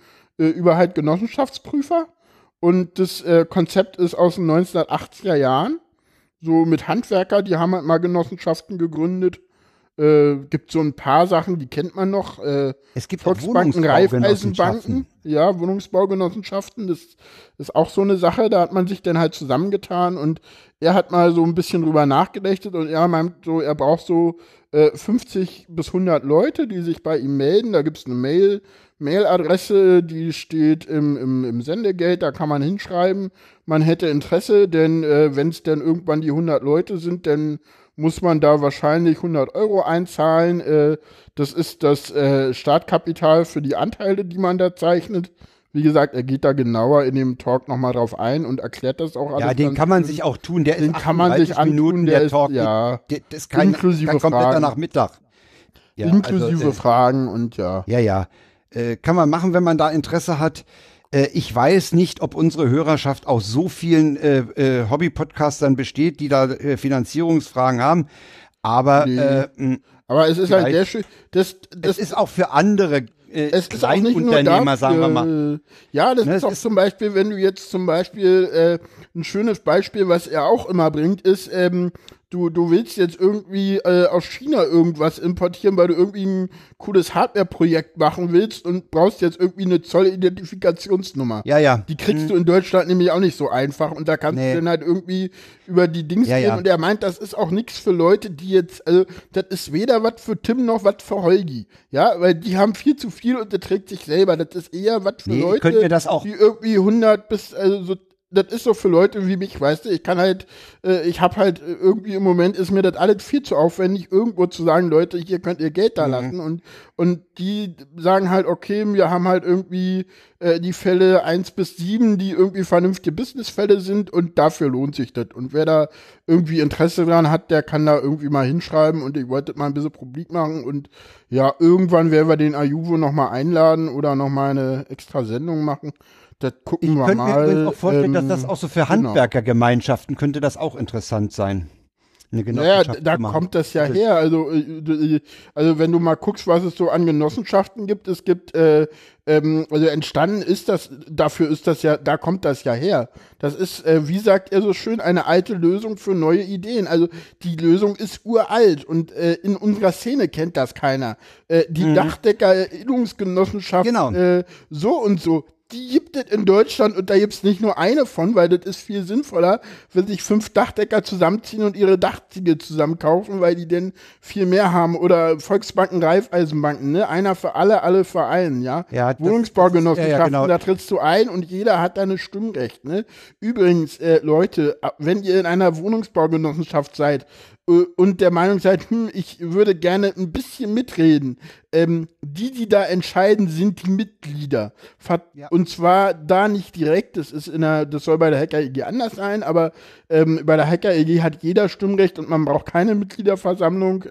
Überheit-Genossenschaftsprüfer. Und das Konzept ist aus den 1980er Jahren. So mit Handwerker, die haben halt mal Genossenschaften gegründet. Gibt so ein paar Sachen, die kennt man noch.
Es gibt
Volksbanken, Raiffeisenbanken. Ja, Wohnungsbaugenossenschaften. Das ist auch so eine Sache. Da hat man sich dann halt zusammengetan. Und er hat mal so ein bisschen drüber nachgedacht. Und er meint so, er braucht so 50 bis 100 Leute, die sich bei ihm melden. Da gibt es eine Mailadresse, die steht im Sendegeld, da kann man hinschreiben, man hätte Interesse, denn wenn es dann irgendwann die 100 Leute sind, dann muss man da wahrscheinlich 100 Euro einzahlen. Das ist das Startkapital für die Anteile, die man da zeichnet. Wie gesagt, er geht da genauer in dem Talk nochmal drauf ein und erklärt das auch alles.
Ja, den kann man sich auch tun, der
den
ist
kann man sich antun,
Minuten, der Talk,
ja,
das ist kein kompletter Nachmittag.
Ja, inklusive Fragen und ja.
Ja. Kann man machen, wenn man da Interesse hat. Ich weiß nicht, ob unsere Hörerschaft aus so vielen Hobby-Podcastern besteht, die da Finanzierungsfragen haben. Aber,
aber es ist halt sehr schön. Das
ist auch für andere Kleinunternehmer, sagen wir mal.
Ja, das ist auch zum Beispiel, wenn du jetzt zum Beispiel ein schönes Beispiel, was er auch immer bringt, ist, du willst jetzt irgendwie aus China irgendwas importieren, weil du irgendwie ein cooles Hardware-Projekt machen willst und brauchst jetzt irgendwie eine Zollidentifikationsnummer.
Ja.
Die kriegst du in Deutschland nämlich auch nicht so einfach und da kannst du dann halt irgendwie über die Dings gehen und er meint, das ist auch nichts für Leute, die jetzt, also das ist weder was für Tim noch was für Holgi, ja, weil die haben viel zu viel und der trägt sich selber, das ist eher was für Leute, die irgendwie 100 bis, also so, das ist so für Leute wie mich, weißt du, ich kann halt, ich hab halt irgendwie im Moment ist mir das alles viel zu aufwendig, irgendwo zu sagen, Leute, hier könnt ihr Geld da lassen und die sagen halt, okay, wir haben halt irgendwie die Fälle 1 bis 7, die irgendwie vernünftige Businessfälle sind und dafür lohnt sich das. Und wer da irgendwie Interesse dran hat, der kann da irgendwie mal hinschreiben und ich wollte das mal ein bisschen publik machen und ja, irgendwann werden wir den Ayuvo noch mal einladen oder noch mal eine extra Sendung machen. Das gucken wir mal. Ich könnte mir übrigens
auch vorstellen, dass das auch so für Handwerkergemeinschaften könnte das auch interessant sein.
Naja, da kommt das ja her. Also wenn du mal guckst, was es so an Genossenschaften gibt, es gibt, also entstanden ist das, dafür ist das ja, da kommt das ja her. Das ist, wie sagt er so schön, eine alte Lösung für neue Ideen. Also die Lösung ist uralt und in unserer Szene kennt das keiner. Die Dachdecker-Erinnerungsgenossenschaft so und so, die gibt es in Deutschland und da gibt's nicht nur eine von, weil das ist viel sinnvoller, wenn sich 5 Dachdecker zusammenziehen und ihre Dachziegel zusammen kaufen, weil die denn viel mehr haben. Oder Volksbanken, Raiffeisenbanken, ne? Einer für alle, alle für einen, ja? Wohnungsbaugenossenschaften, da trittst du ein und jeder hat da ein Stimmrecht, ne? Übrigens, Leute, wenn ihr in einer Wohnungsbaugenossenschaft seid, und der Meinung seid, ich würde gerne ein bisschen mitreden. Die da entscheiden, sind die Mitglieder. Und zwar da nicht direkt, das soll bei der Hacker EG anders sein, aber bei der Hacker EG hat jeder Stimmrecht und man braucht keine Mitgliederversammlung,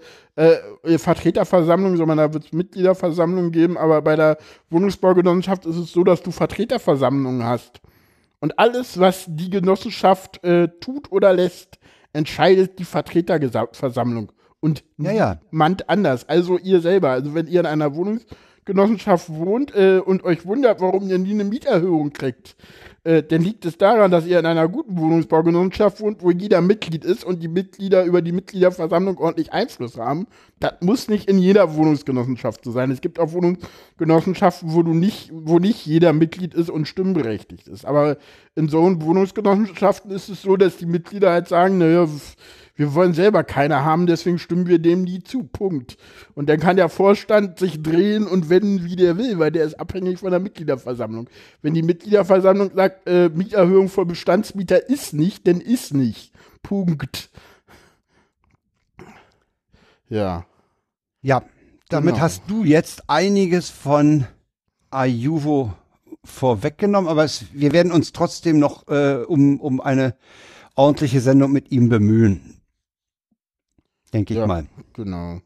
Vertreterversammlung, sondern da wird es Mitgliederversammlung geben, aber bei der Wohnungsbaugenossenschaft ist es so, dass du Vertreterversammlungen hast. Und alles, was die Genossenschaft tut oder lässt, entscheidet die Vertreterversammlung und niemand anders. Also ihr selber. Also wenn ihr in einer Wohnungsgenossenschaft wohnt und euch wundert, warum ihr nie eine Mieterhöhung kriegt, dann liegt es daran, dass ihr in einer guten Wohnungsbaugenossenschaft wohnt, wo jeder Mitglied ist und die Mitglieder über die Mitgliederversammlung ordentlich Einfluss haben. Das muss nicht in jeder Wohnungsgenossenschaft so sein. Es gibt auch Wohnungsgenossenschaften, wo nicht jeder Mitglied ist und stimmberechtigt ist. Aber in so Wohnungsgenossenschaften ist es so, dass die Mitglieder halt sagen, naja, wir wollen selber keine haben, deswegen stimmen wir dem nie zu. Punkt. Und dann kann der Vorstand sich drehen und wenden, wie der will, weil der ist abhängig von der Mitgliederversammlung. Wenn die Mitgliederversammlung sagt, Mieterhöhung für Bestandsmieter ist nicht, dann ist nicht. Punkt. Ja.
Ja, damit hast du jetzt einiges von Ayuvo vorweggenommen, aber wir werden uns trotzdem noch um eine ordentliche Sendung mit ihm bemühen. Denke ich mal.
Genau.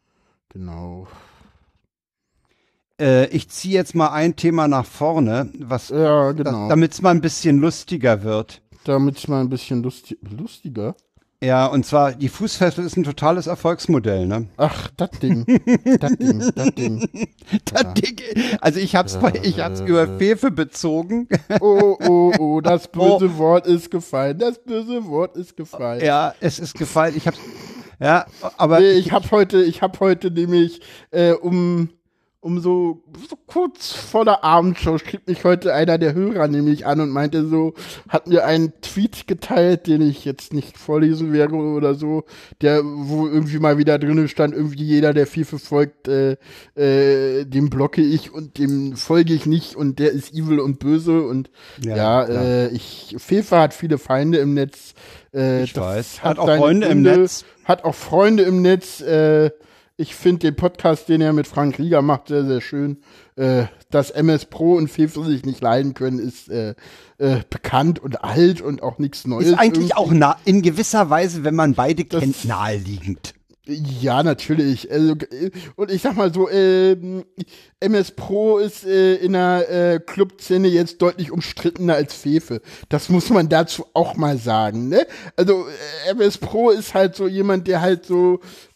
Ich ziehe jetzt mal ein Thema nach vorne, damit es mal ein bisschen lustiger wird.
Damit es mal ein bisschen lustiger?
Ja, und zwar, die Fußfessel ist ein totales Erfolgsmodell, ne?
Ach, das Ding. Das Ding.
Also ich hab's über Fefe bezogen.
Oh, das böse Wort ist gefallen.
Ja, es ist gefallen. Ja, aber
nee, ich hab heute nämlich um so kurz vor der Abendshow schrieb mich heute einer der Hörer nämlich an und meinte so, hat mir einen Tweet geteilt, den ich jetzt nicht vorlesen werde oder so, wo irgendwie mal wieder drin stand, irgendwie jeder, der FIFA folgt, dem blocke ich und dem folge ich nicht und der ist evil und böse und FIFA hat viele Feinde im Netz.
Ich weiß. Hat auch Freunde im Netz.
Hat auch Freunde im Netz. Ich finde den Podcast, den er mit Frank Rieger macht, sehr, sehr schön. Dass MS Pro und FIFA sich nicht leiden können, ist bekannt und alt und auch nichts Neues.
Ist eigentlich irgendwie auch in gewisser Weise, wenn man beide kennt, naheliegend.
Ja, natürlich. Also, und ich sag mal so, MS Pro ist in der Clubszene jetzt deutlich umstrittener als Fefe. Das muss man dazu auch mal sagen, ne? Also MS Pro ist halt so jemand, der halt so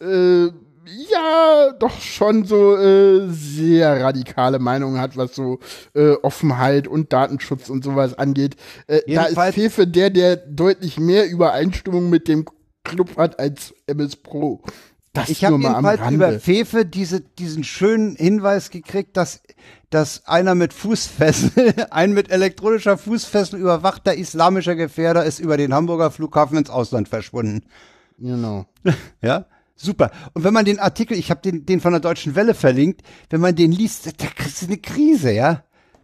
doch schon so sehr radikale Meinungen hat, was so Offenheit und Datenschutz und sowas angeht. Da ist Fefe der deutlich mehr Übereinstimmung mit dem Club hat als MS Pro. Das
Ich habe
nur mal am
jedenfalls
Rande.
über Fefe diesen schönen Hinweis gekriegt, dass einer mit Fußfessel, ein mit elektronischer Fußfessel überwachter islamischer Gefährder ist über den Hamburger Flughafen ins Ausland verschwunden.
Genau.
Ja, super. Und wenn man den Artikel, ich habe den von der Deutschen Welle verlinkt, wenn man den liest, da kriegst du eine Krise, ja.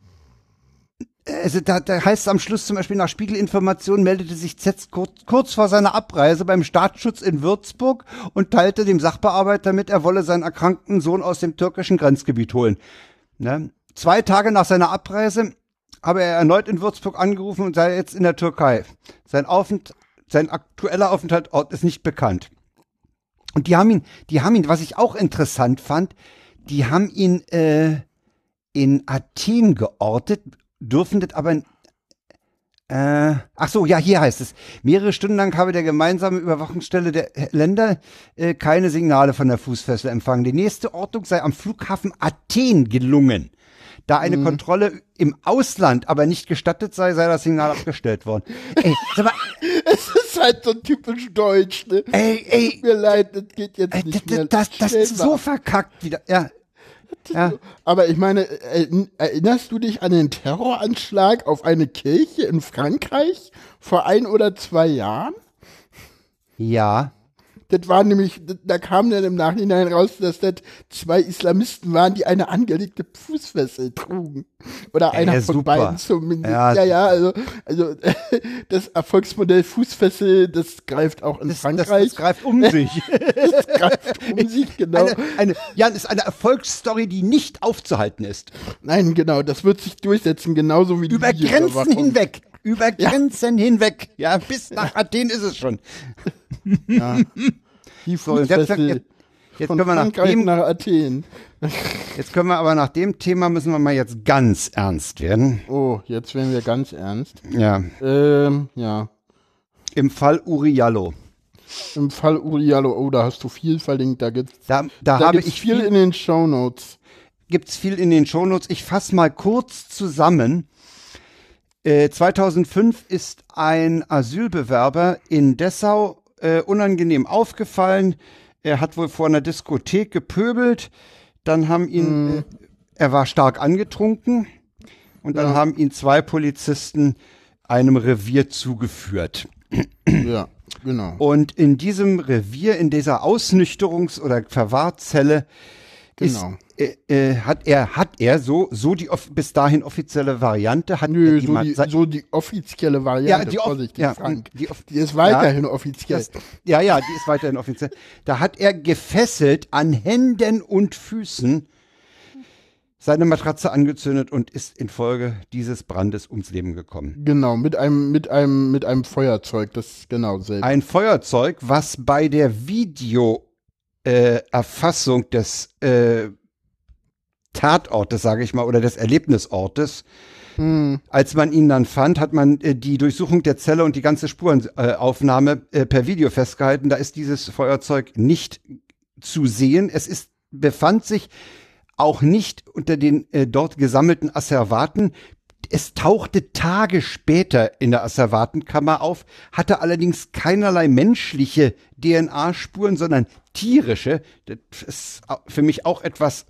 Also da heißt es am Schluss zum Beispiel, nach Spiegelinformationen meldete sich Zetz kurz vor seiner Abreise beim Staatsschutz in Würzburg und teilte dem Sachbearbeiter mit, er wolle seinen erkrankten Sohn aus dem türkischen Grenzgebiet holen. Ne? 2 Tage nach seiner Abreise habe er erneut in Würzburg angerufen und sei jetzt in der Türkei. Sein aktueller Aufenthaltsort ist nicht bekannt. Und die haben ihn, was ich auch interessant fand, die haben ihn in Athen geortet, dürfen das aber, ach so, ja, hier heißt es, mehrere Stunden lang habe der gemeinsame Überwachungsstelle der Länder keine Signale von der Fußfessel empfangen. Die nächste Ortung sei am Flughafen Athen gelungen. Da eine Kontrolle im Ausland aber nicht gestattet sei das Signal abgestellt worden. Ey, sag mal,
Es ist halt so typisch deutsch, ne?
ey,
Tut mir leid, das geht jetzt nicht mehr.
das ist so
Schnell
verkackt wieder, ja. Ja.
Aber ich meine, erinnerst du dich an den Terroranschlag auf eine Kirche in Frankreich vor 1 oder 2 Jahren?
Ja.
Das war nämlich, da kam dann im Nachhinein raus, dass das 2 Islamisten waren, die eine angelegte Fußfessel trugen. Oder einer von
super.
beiden zumindest.
Ja,
Ja, also das Erfolgsmodell Fußfessel, das greift auch in Frankreich.
Das greift um sich.
Das greift um sich, genau.
Das ist eine Erfolgsstory, die nicht aufzuhalten ist.
Nein, genau, das wird sich durchsetzen, genauso wie die
Über Grenzen
Videoüberwachung.
hinweg. Über Grenzen hinweg. Ja, bis nach Athen ist es schon.
Ja. Die
So, und
Fußfessel
jetzt
von
können wir
Frankreich nach Athen.
Jetzt können wir aber nach dem Thema müssen wir mal jetzt ganz ernst werden.
Oh, jetzt werden wir ganz ernst.
Ja.
Ja.
Im Fall Uriallo.
Im Fall Uriallo, oh, da hast du viel verlinkt. Da
Da habe
gibt's
ich
viel in den Shownotes.
Gibt's viel in den Shownotes. Ich fasse mal kurz zusammen. 2005 ist ein Asylbewerber in Dessau unangenehm aufgefallen. Er hat wohl vor einer Diskothek gepöbelt. Dann haben ihn, er war stark angetrunken. Und dann haben ihn 2 Polizisten einem Revier zugeführt.
Ja, genau.
Und in diesem Revier, in dieser Ausnüchterungs- oder Verwahrzelle,
Genau.
hat er so die bis dahin offizielle Variante.
Nö, so die offizielle Variante,
Ja,
vorsichtig,
ja,
Frank.
die
ist weiterhin offiziell.
Die ist weiterhin offiziell. Da hat er gefesselt an Händen und Füßen seine Matratze angezündet und ist infolge dieses Brandes ums Leben gekommen.
Genau, mit einem Feuerzeug, das ist genau selber.
Ein Feuerzeug, was bei der Erfassung des Tatortes, sage ich mal, oder des Erlebnisortes, als man ihn dann fand, hat man die Durchsuchung der Zelle und die ganze Spurenaufnahme per Video festgehalten. Da ist dieses Feuerzeug nicht zu sehen. Befand sich auch nicht unter den dort gesammelten Asservaten. Es tauchte Tage später in der Asservatenkammer auf, hatte allerdings keinerlei menschliche DNA-Spuren, sondern tierische. Das ist für mich auch etwas.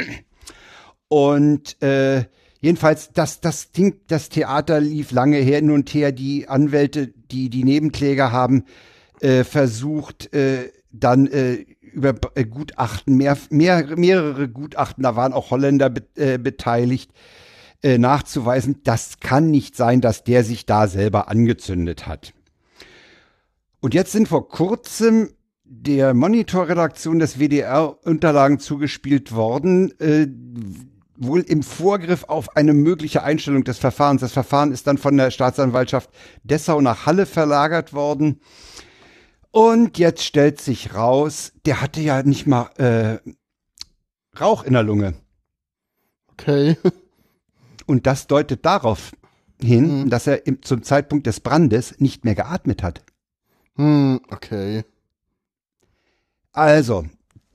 Und jedenfalls, das Theater lief lange hin und her. Die Anwälte, die Nebenkläger haben versucht, dann über Gutachten, mehrere Gutachten, da waren auch Holländer beteiligt, nachzuweisen, das kann nicht sein, dass der sich da selber angezündet hat. Und jetzt sind vor kurzem der Monitorredaktion des WDR Unterlagen zugespielt worden, wohl im Vorgriff auf eine mögliche Einstellung des Verfahrens. Das Verfahren ist dann von der Staatsanwaltschaft Dessau nach Halle verlagert worden. Und jetzt stellt sich raus, der hatte ja nicht mal Rauch in der Lunge.
Okay.
Und das deutet darauf hin, dass er zum Zeitpunkt des Brandes nicht mehr geatmet hat.
Okay.
Also,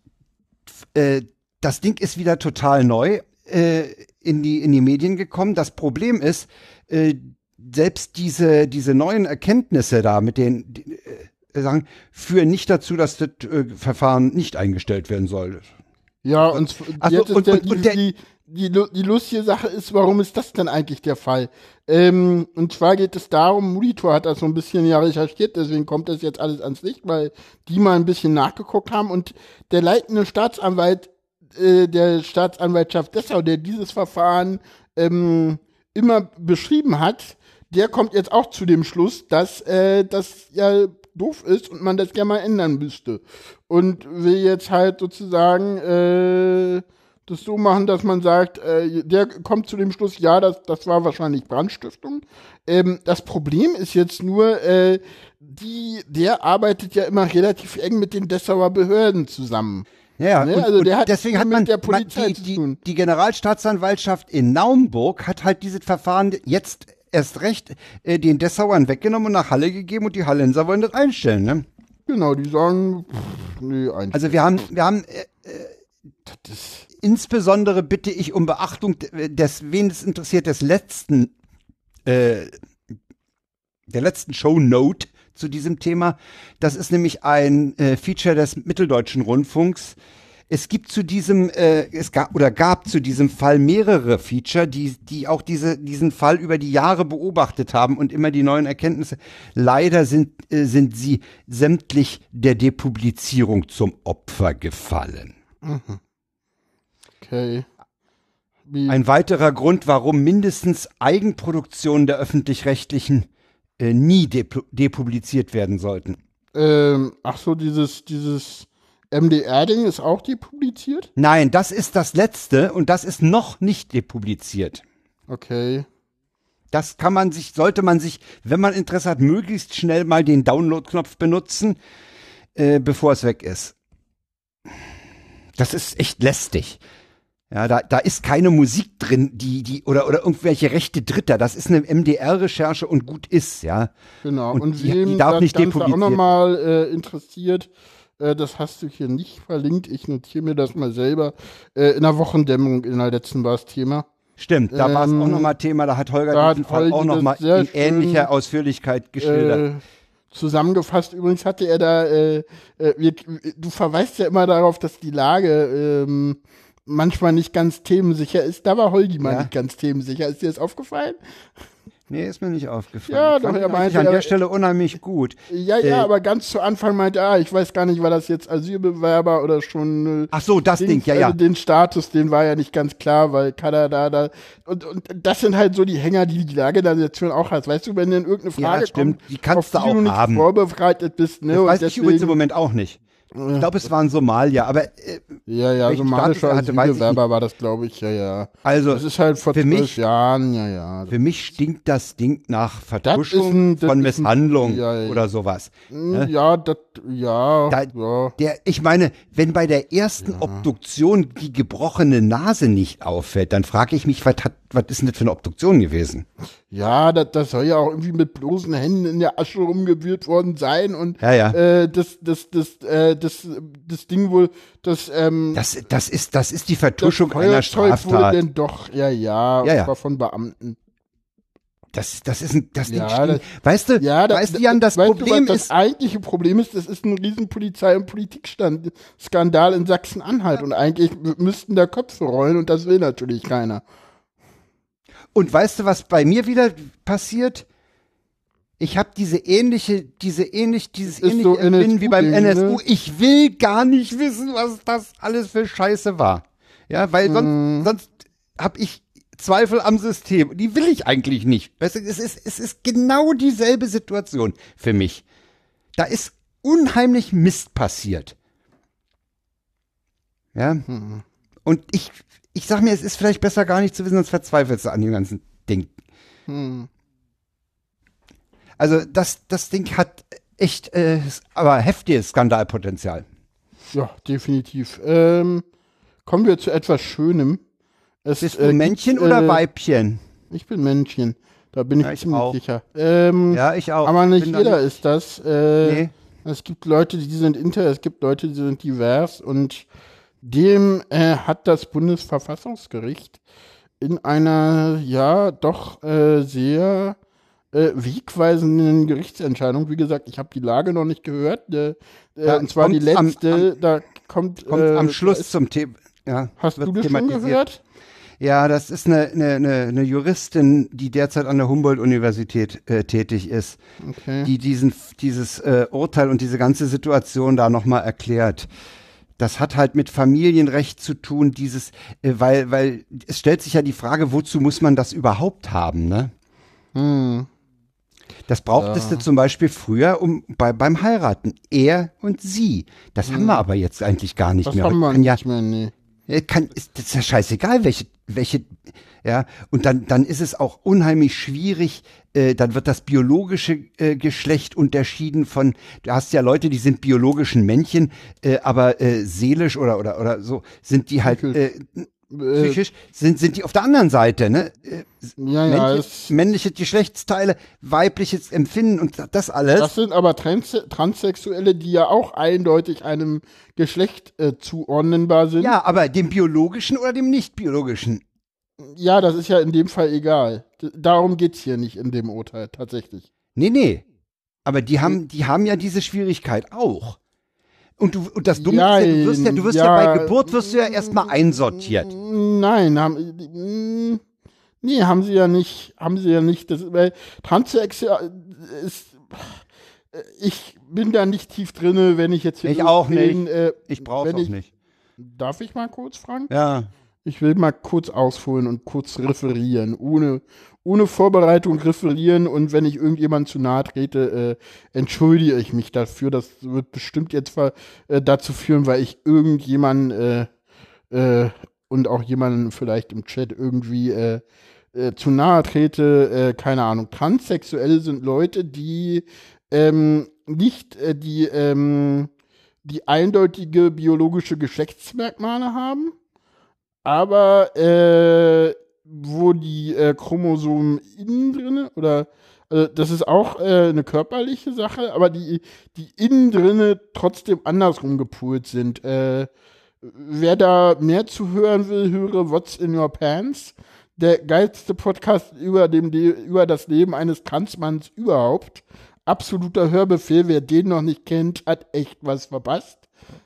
das Ding ist wieder total neu in die Medien gekommen. Das Problem ist, selbst diese neuen Erkenntnisse da mit den sagen, führen nicht dazu, dass das Verfahren nicht eingestellt werden soll.
Ja, und
Also,
die lustige Sache ist, warum ist das denn eigentlich der Fall? Und zwar geht es darum, Monitor hat das so ein bisschen ja recherchiert, deswegen kommt das jetzt alles ans Licht, weil die mal ein bisschen nachgeguckt haben und der leitende Staatsanwalt der Staatsanwaltschaft Dessau, der dieses Verfahren immer beschrieben hat, der kommt jetzt auch zu dem Schluss, dass das ja doof ist und man das gerne mal ändern müsste. Und will jetzt halt sozusagen das so machen, dass man sagt, der kommt zu dem Schluss, ja, das war wahrscheinlich Brandstiftung. Das Problem ist jetzt nur, der arbeitet ja immer relativ eng mit den Dessauer Behörden zusammen.
Ja,
ne? Also der hat
deswegen hat man
mit der Polizei zu tun.
die Generalstaatsanwaltschaft in Naumburg hat halt dieses Verfahren jetzt erst recht den Dessauern weggenommen und nach Halle gegeben und die Hallenser wollen das einstellen, ne?
Genau, die sagen, nee, eigentlich.
Also wir haben insbesondere bitte ich um Beachtung wen es interessiert, der letzten Shownote zu diesem Thema. Das ist nämlich ein Feature des Mitteldeutschen Rundfunks. Es gibt zu diesem, gab zu diesem Fall mehrere Feature, die auch diesen Fall über die Jahre beobachtet haben und immer die neuen Erkenntnisse. Leider sind sie sämtlich der Depublizierung zum Opfer gefallen.
Okay.
Ein weiterer Grund, warum mindestens Eigenproduktionen der Öffentlich-Rechtlichen nie depubliziert werden sollten.
Ach so, dieses MDR-Ding ist auch depubliziert?
Nein, das ist das letzte und das ist noch nicht depubliziert.
Okay.
Das sollte man sich, wenn man Interesse hat, möglichst schnell mal den Download-Knopf benutzen, bevor es weg ist. Das ist echt lästig. Ja, da ist keine Musik drin, oder irgendwelche rechte Dritter. Das ist eine MDR-Recherche und gut ist, ja.
Genau.
Und
wem
die darf
das
nicht
Ganze
depubliziert
auch nochmal interessiert, das hast du hier nicht verlinkt. Ich notiere mir das mal selber. In der Wochendämmerung in der letzten war es Thema.
Stimmt, da war es auch nochmal Thema. Da hat Holger diesen Fall auch nochmal in ähnlicher Ausführlichkeit geschildert.
Zusammengefasst, übrigens hatte er da, du verweist ja immer darauf, dass die Lage manchmal nicht ganz themensicher ist. Da war Holgi mal nicht ganz themensicher. Ist dir das aufgefallen?
Nee, ist mir nicht aufgefallen.
Ja, doch, er meinte
an der Stelle unheimlich gut.
Ja, aber ganz zu Anfang meinte ich weiß gar nicht, war das jetzt Asylbewerber oder schon
ach so, das Ding, ja.
Also den Status, den war ja nicht ganz klar, weil Kanada da und das sind halt so die Hänger, die Lage der Situation auch hat. Weißt du, wenn dann irgendeine Frage kommt,
die kannst
auf
du auch
du nicht
haben.
vorbereitet bist, ne?
Das
und
weiß ich übrigens im Moment auch nicht. Ich glaube, es waren Somalier, aber
somalischer Asylbewerber war das, glaube ich, ja.
Also,
das ist halt vor 12 Jahren, ja.
Für mich stinkt das Ding nach Vertuschung von Misshandlung oder sowas. Ich meine, wenn bei der ersten Obduktion die gebrochene Nase nicht auffällt, dann frage ich mich, was ist denn das für eine Obduktion gewesen?
Ja, das soll ja auch irgendwie mit bloßen Händen in der Asche rumgewühlt worden sein und das Ding wohl, das
ist die Vertuschung einer Straftat.
Wurde denn doch, war von Beamten.
Das Ding weißt du, Jan, das Problem ist.
Das eigentliche Problem ist, das ist ein riesen Polizei- und Politikskandal in Sachsen-Anhalt und eigentlich müssten da Köpfe rollen und das will natürlich keiner.
Und weißt du, was bei mir wieder passiert? Ich habe dieses ähnliche Empfinden wie beim NSU. Ne? Ich will gar nicht wissen, was das alles für Scheiße war. Ja, weil sonst habe ich Zweifel am System. Die will ich eigentlich nicht. Weißt du, es ist genau dieselbe Situation für mich. Da ist unheimlich Mist passiert. Ja. Und ich sag mir, es ist vielleicht besser gar nicht zu wissen, sonst verzweifelst du an dem ganzen Ding. Also das Ding hat echt, aber heftiges Skandalpotenzial.
Ja, definitiv. Kommen wir zu etwas Schönem.
Bist du Männchen oder Weibchen?
Ich bin Männchen. Da bin ich ziemlich sicher.
Ja, ich auch.
Aber nicht jeder ist das. Nee. Es gibt Leute, die sind es gibt Leute, die sind divers und dem hat das Bundesverfassungsgericht in einer, doch sehr wegweisenden Gerichtsentscheidung. Wie gesagt, ich habe die Lage noch nicht gehört. Und zwar die
kommt's
letzte, da kommt
am Schluss zum Thema. Ja,
hast du das schon gehört?
Ja, das ist eine Juristin, die derzeit an der Humboldt-Universität tätig ist, die dieses Urteil und diese ganze Situation da nochmal erklärt. Das hat halt mit Familienrecht zu tun, weil es stellt sich ja die Frage, wozu muss man das überhaupt haben, ne? Das brauchtest du zum Beispiel früher beim Heiraten. Er und sie. Das haben wir aber jetzt eigentlich gar nicht mehr.
Das haben wir nicht mehr, nee.
Das ist ja scheißegal, welche, ja, und dann ist es auch unheimlich schwierig, dann wird das biologische Geschlecht unterschieden von, du hast ja Leute, die sind biologischen Männchen, aber seelisch oder so sind die halt psychisch, sind die auf der anderen Seite, ne? Männliche Geschlechtsteile, weibliches Empfinden und das alles.
Das sind aber Transsexuelle, die ja auch eindeutig einem Geschlecht zuordnenbar sind.
Ja, aber dem biologischen oder dem nicht biologischen?
Ja, das ist ja in dem Fall egal. Darum geht's hier nicht in dem Urteil, tatsächlich.
Nee. Aber die haben ja diese Schwierigkeit auch. Und das Dumme ist ja, du wirst ja bei Geburt erstmal einsortiert.
Nein, haben sie ja nicht. Weil Transsexuell ist. Ich bin da nicht tief drinne, wenn ich jetzt hier.
Ich auch nicht. Ich brauch's auch nicht.
Darf ich mal kurz fragen?
Ja.
Ich will mal kurz ausholen und kurz referieren. Ohne Vorbereitung referieren, und wenn ich irgendjemand zu nahe trete, entschuldige ich mich dafür. Das wird bestimmt jetzt dazu führen, weil ich irgendjemanden und auch jemanden vielleicht im Chat irgendwie zu nahe trete. Keine Ahnung. Transsexuelle sind Leute, die nicht die eindeutige biologische Geschlechtsmerkmale haben, aber wo die Chromosomen innen drinne das ist auch eine körperliche Sache, aber die innen drinne trotzdem andersrum gepolt sind. Wer da mehr zu hören will, höre What's in Your Pants, der geilste Podcast über das Leben eines Transmanns überhaupt. Absoluter Hörbefehl, wer den noch nicht kennt, hat echt was verpasst.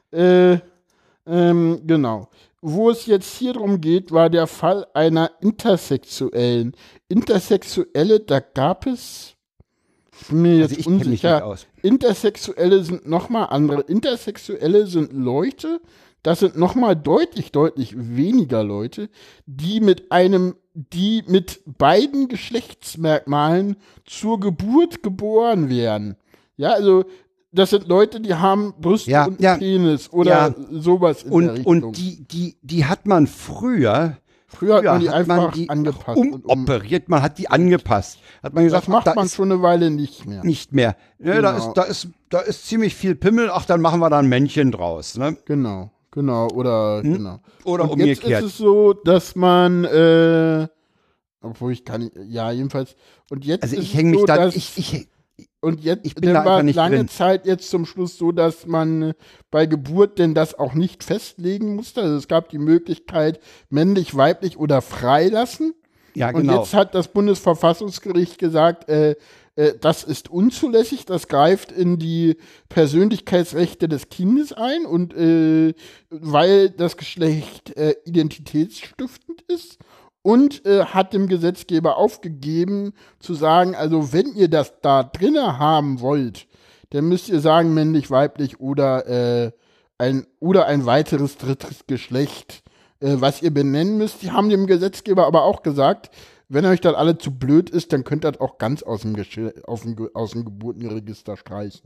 Genau. Wo es jetzt hier drum geht, war der Fall einer Intersexuellen. Intersexuelle, da gab es, ich bin mir jetzt unsicher, Intersexuelle sind nochmal andere. Intersexuelle sind Leute, das sind nochmal deutlich weniger Leute, die mit beiden Geschlechtsmerkmalen zur Geburt geboren werden. Ja, also das sind Leute, die haben Brüste und Penis oder sowas in der Richtung.
Und die hat man früher
hat man die einfach angepasst.
Umoperiert, man hat die angepasst. Hat man gesagt,
das macht man schon eine Weile nicht mehr.
Nicht mehr. Ja, genau. Da ist ziemlich viel Pimmel, dann machen wir da ein Männchen draus. Ne?
Genau. Oder
und
umgekehrt. Jetzt ist es so, dass man obwohl ich kann nicht, ja, jedenfalls. Und jetzt
also
ist
ich hänge mich
so,
da,
und jetzt
ich bin da
war
einfach nicht
lange
drin.
Zeit jetzt zum Schluss so, dass man bei Geburt denn das auch nicht festlegen musste. Also es gab die Möglichkeit, männlich, weiblich oder freilassen.
Ja, genau.
Und jetzt hat das Bundesverfassungsgericht gesagt, das ist unzulässig, das greift in die Persönlichkeitsrechte des Kindes ein, und weil das Geschlecht identitätsstiftend ist. Und hat dem Gesetzgeber aufgegeben, zu sagen, also wenn ihr das da drinne haben wollt, dann müsst ihr sagen, männlich, weiblich oder ein weiteres drittes Geschlecht, was ihr benennen müsst. Die haben dem Gesetzgeber aber auch gesagt, wenn euch das alle zu blöd ist, dann könnt ihr das auch ganz aus dem Geburtenregister streichen.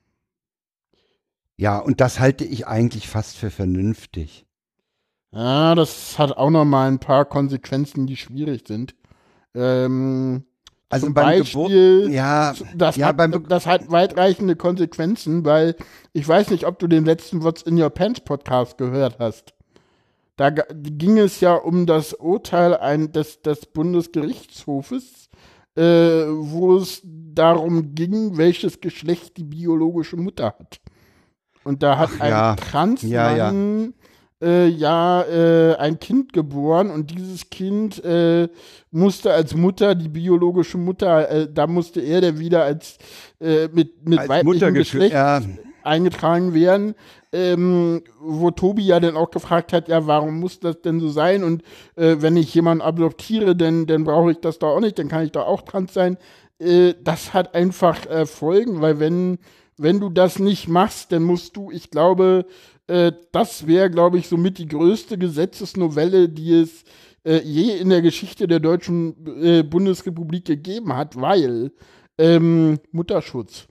Ja, und das halte ich eigentlich fast für vernünftig.
Ja, das hat auch noch mal ein paar Konsequenzen, die schwierig sind. Also
beim
Beispiel,
Geburt,
das hat weitreichende Konsequenzen, weil ich weiß nicht, ob du den letzten What's in Your Pants Podcast gehört hast. Da ging es ja um das Urteil des Bundesgerichtshofes, wo es darum ging, welches Geschlecht die biologische Mutter hat. Und da hat ein Transmann ein Kind geboren und dieses Kind musste als Mutter, die biologische Mutter, da musste er dann wieder als mit
Als
weiblichem Geschlecht
ja.
eingetragen werden, wo Tobi ja dann auch gefragt hat, ja, warum muss das denn so sein? Und wenn ich jemanden adoptiere, dann brauche ich das doch auch nicht, dann kann ich doch auch trans sein. Das hat einfach Folgen, weil wenn du das nicht machst, dann musst du, ich glaube, das wäre, glaube ich, somit die größte Gesetzesnovelle, die es je in der Geschichte der deutschen Bundesrepublik gegeben hat, weil Mutterschutz.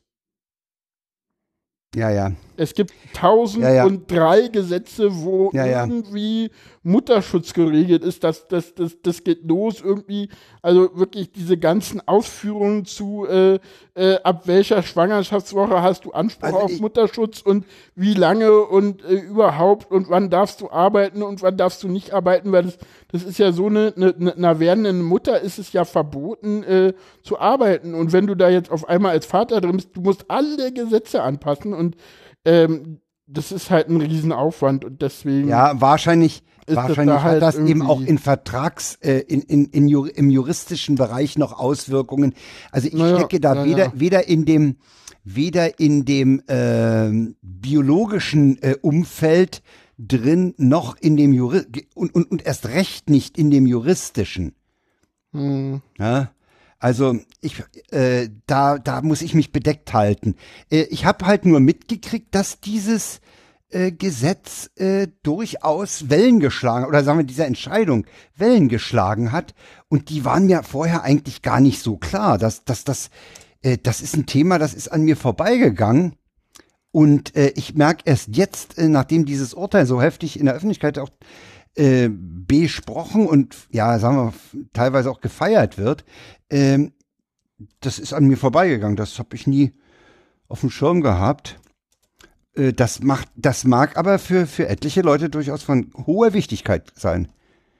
Ja.
Es gibt 1003 Gesetze, wo
Ja.
irgendwie Mutterschutz geregelt ist. Das geht los irgendwie. Also wirklich diese ganzen Ausführungen zu, ab welcher Schwangerschaftswoche hast du Anspruch auf Mutterschutz und wie lange und überhaupt und wann darfst du arbeiten und wann darfst du nicht arbeiten, weil das ist ja so einer werdenden Mutter ist es ja verboten zu arbeiten. Und wenn du da jetzt auf einmal als Vater drin bist, du musst alle Gesetze anpassen und das ist halt ein Riesenaufwand und deswegen.
Ja, wahrscheinlich
da
hat das eben auch in im juristischen Bereich noch Auswirkungen. Also ich stecke da weder in dem biologischen Umfeld drin, noch in dem und erst recht nicht in dem juristischen. Ja? Also da muss ich mich bedeckt halten. Ich habe halt nur mitgekriegt, dass dieses Gesetz durchaus Wellen geschlagen, oder sagen wir diese Entscheidung Wellen geschlagen hat. Und die waren mir vorher eigentlich gar nicht so klar. Das ist ein Thema, das ist an mir vorbeigegangen. Und ich merke erst jetzt, nachdem dieses Urteil so heftig in der Öffentlichkeit auch besprochen und ja, sagen wir, teilweise auch gefeiert wird, das ist an mir vorbeigegangen. Das habe ich nie auf dem Schirm gehabt. Das mag aber für etliche Leute durchaus von hoher Wichtigkeit sein.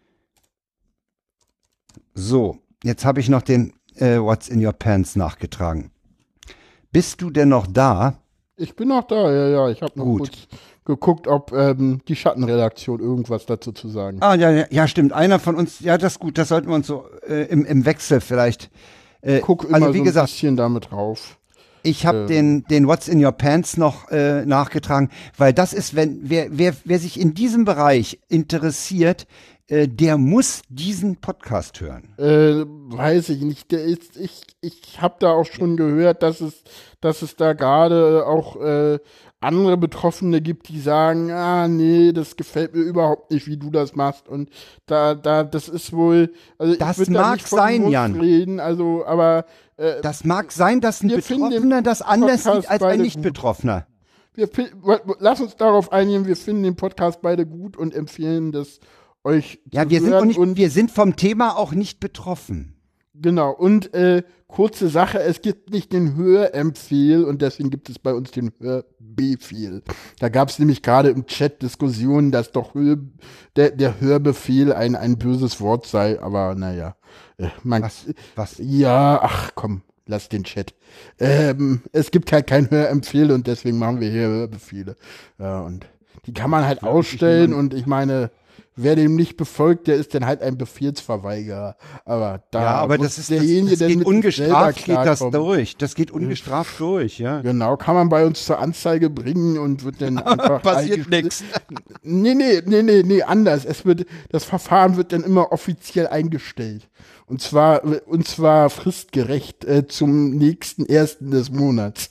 So, jetzt habe ich noch den What's in Your Pants nachgetragen. Bist du denn noch da?
Ich bin noch da, ja. Ich habe noch
Gut.
kurz geguckt, ob die Schattenredaktion irgendwas dazu zu sagen.
Ah, ja, stimmt. Einer von uns, ja, das ist gut, das sollten wir uns so im Wechsel vielleicht.
Guck immer
also wie
so
gesagt,
ein bisschen damit drauf.
ich habe den What's in Your Pants noch nachgetragen, weil das ist, wer sich in diesem Bereich interessiert, der muss diesen Podcast hören.
Weiß ich nicht. Ich habe da auch schon gehört, dass es da gerade auch andere Betroffene gibt, die sagen, nee, das gefällt mir überhaupt nicht, wie du das machst. Und das ist wohl, also
Das
ich würde da
mag
nicht von
sein,
Muss
Jan.
reden, also, aber
Das mag sein, dass ein
wir finden den
Betroffener das anders
Podcast
sieht als ein
beide
Nicht-Betroffener.
lass uns darauf eingehen, wir finden den Podcast beide gut und empfehlen das euch
Ja,
zu
wir sind,
hören.
wir sind vom Thema auch nicht betroffen.
Genau, und kurze Sache, es gibt nicht den Hörempfehl und deswegen gibt es bei uns den Hörbefehl. Da gab es nämlich gerade im Chat Diskussionen, dass doch der Hörbefehl ein böses Wort sei, aber naja.
Was?
Ja, ach komm, lass den Chat. Es gibt halt kein Hörempfehl und deswegen machen wir hier Hörbefehle. Ja, und die kann man halt ausstellen und ich meine, wer dem nicht befolgt, der ist dann halt ein Befehlsverweigerer. Aber
das
derjenige, der
geht
mit
ungestraft,
selber
geht das
klarkommt.
durch. Das geht ungestraft durch, ja.
Genau, kann man bei uns zur Anzeige bringen und wird dann einfach
Passiert nichts.
Nee, anders. Das Verfahren wird dann immer offiziell eingestellt. Und zwar fristgerecht zum nächsten 1. des Monats.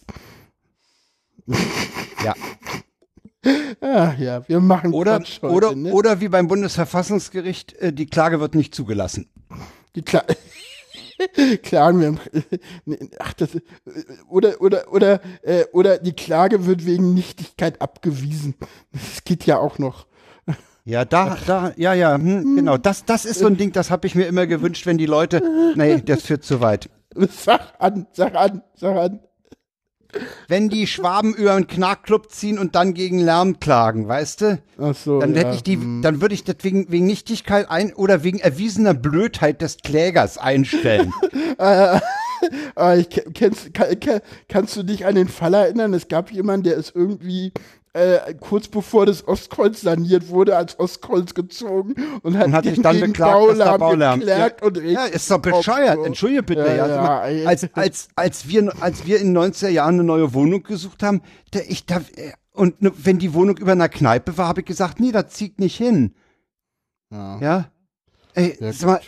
Ja.
Ja, wir machen Quatsch heute, ne?
Oder wie beim Bundesverfassungsgericht, die Klage wird nicht zugelassen.
Die Klagen wir. Oder die Klage wird wegen Nichtigkeit abgewiesen. Das geht ja auch noch.
Ja, genau. Das ist so ein Ding, das habe ich mir immer gewünscht, wenn die Leute, nee, das führt zu weit.
Sag an.
Wenn die Schwaben über einen Knackclub ziehen und dann gegen Lärm klagen, weißt du?
Ach so,
dann
ja.
Dann würde ich das wegen Nichtigkeit oder wegen erwiesener Blödheit des Klägers einstellen.
Kannst du dich an den Fall erinnern? Es gab jemanden, der ist irgendwie kurz bevor das Ostkreuz saniert wurde, als Ostkreuz gezogen und hat
sich dann beklagt, dass der Baulärm
geklagt und
ist doch bescheuert. So. Entschuldige bitte. Als wir in den 90er Jahren eine neue Wohnung gesucht haben, und wenn die Wohnung über einer Kneipe war, habe ich gesagt, nee, das zieht nicht hin. Ja? Ey, sag mal,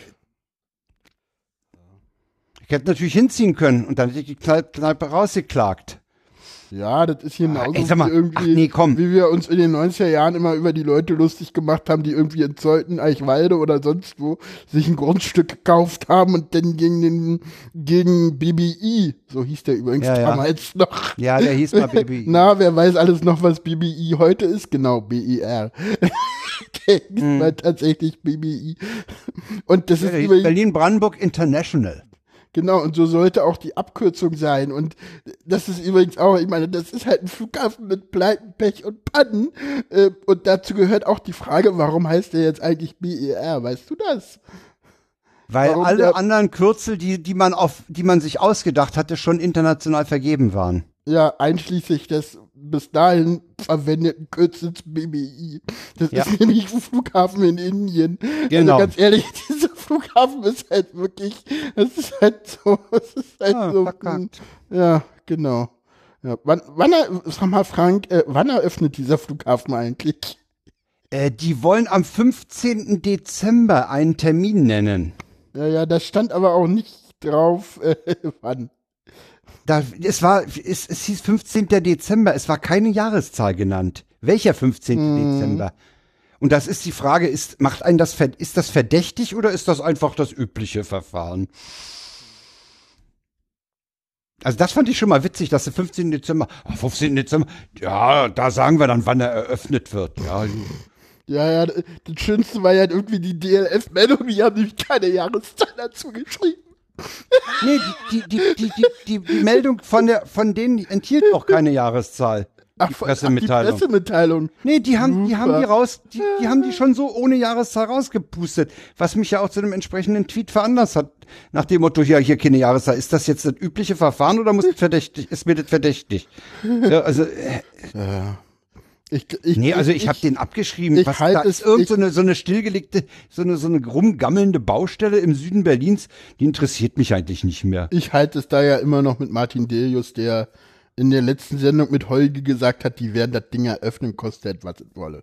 ich hätte natürlich hinziehen können und dann hätte ich die Kneipe rausgeklagt.
Ja, das ist genauso
wie
wir uns in den 90er Jahren immer über die Leute lustig gemacht haben, die irgendwie in Zeuthen, Eichwalde oder sonst wo sich ein Grundstück gekauft haben und dann gegen BBI, so hieß der übrigens damals noch.
Ja, der hieß mal BBI.
Na, wer weiß alles noch, was BBI heute ist? Genau, BER. Der hieß mal tatsächlich BBI. Und das ist übrigens
Berlin-Brandenburg International.
Genau, und so sollte auch die Abkürzung sein. Und das ist übrigens auch, ich meine, das ist halt ein Flughafen mit Pleiten, Pech und Pannen. Und dazu gehört auch die Frage, warum heißt der jetzt eigentlich BER? Weißt du das?
Weil alle anderen Kürzel, die man sich ausgedacht hatte, schon international vergeben waren.
Ja, einschließlich des bis dahin verwendeten Kürzels BBI. Das ist nämlich ein Flughafen in Indien.
Genau.
Also ganz ehrlich, dieser Flughafen ist halt wirklich,
verkackt.
Ja, genau. Ja, sag mal, Frank, wann eröffnet dieser Flughafen eigentlich?
Die wollen am 15. Dezember einen Termin nennen.
Ja, da stand aber auch nicht drauf, wann.
Es hieß 15. Dezember, es war keine Jahreszahl genannt. Welcher 15. Dezember? Und das ist die Frage, ist das verdächtig oder ist das einfach das übliche Verfahren? Also das fand ich schon mal witzig, dass der 15. Dezember, ja, da sagen wir dann, wann er eröffnet wird.
Ja, das Schönste war ja irgendwie die DLF-Meldung, die haben nämlich keine Jahreszahl dazu geschrieben.
Nee, die Meldung von denen enthielt auch keine Jahreszahl. Die Pressemitteilung.
Die Pressemitteilung.
Nee, die haben die schon so ohne Jahreszahl rausgepustet, was mich ja auch zu einem entsprechenden Tweet veranlasst hat, nach dem Motto, hier keine Jahreszahl. Ist das jetzt das übliche Verfahren oder ist mir das verdächtig? Ja, also, ich habe den abgeschrieben. Da ist so eine stillgelegte, so eine rumgammelnde Baustelle im Süden Berlins, die interessiert mich eigentlich nicht mehr.
Ich halte es da ja immer noch mit Martin Delius, der in der letzten Sendung mit Holge gesagt hat, die werden das Ding eröffnen, kostet was es wolle.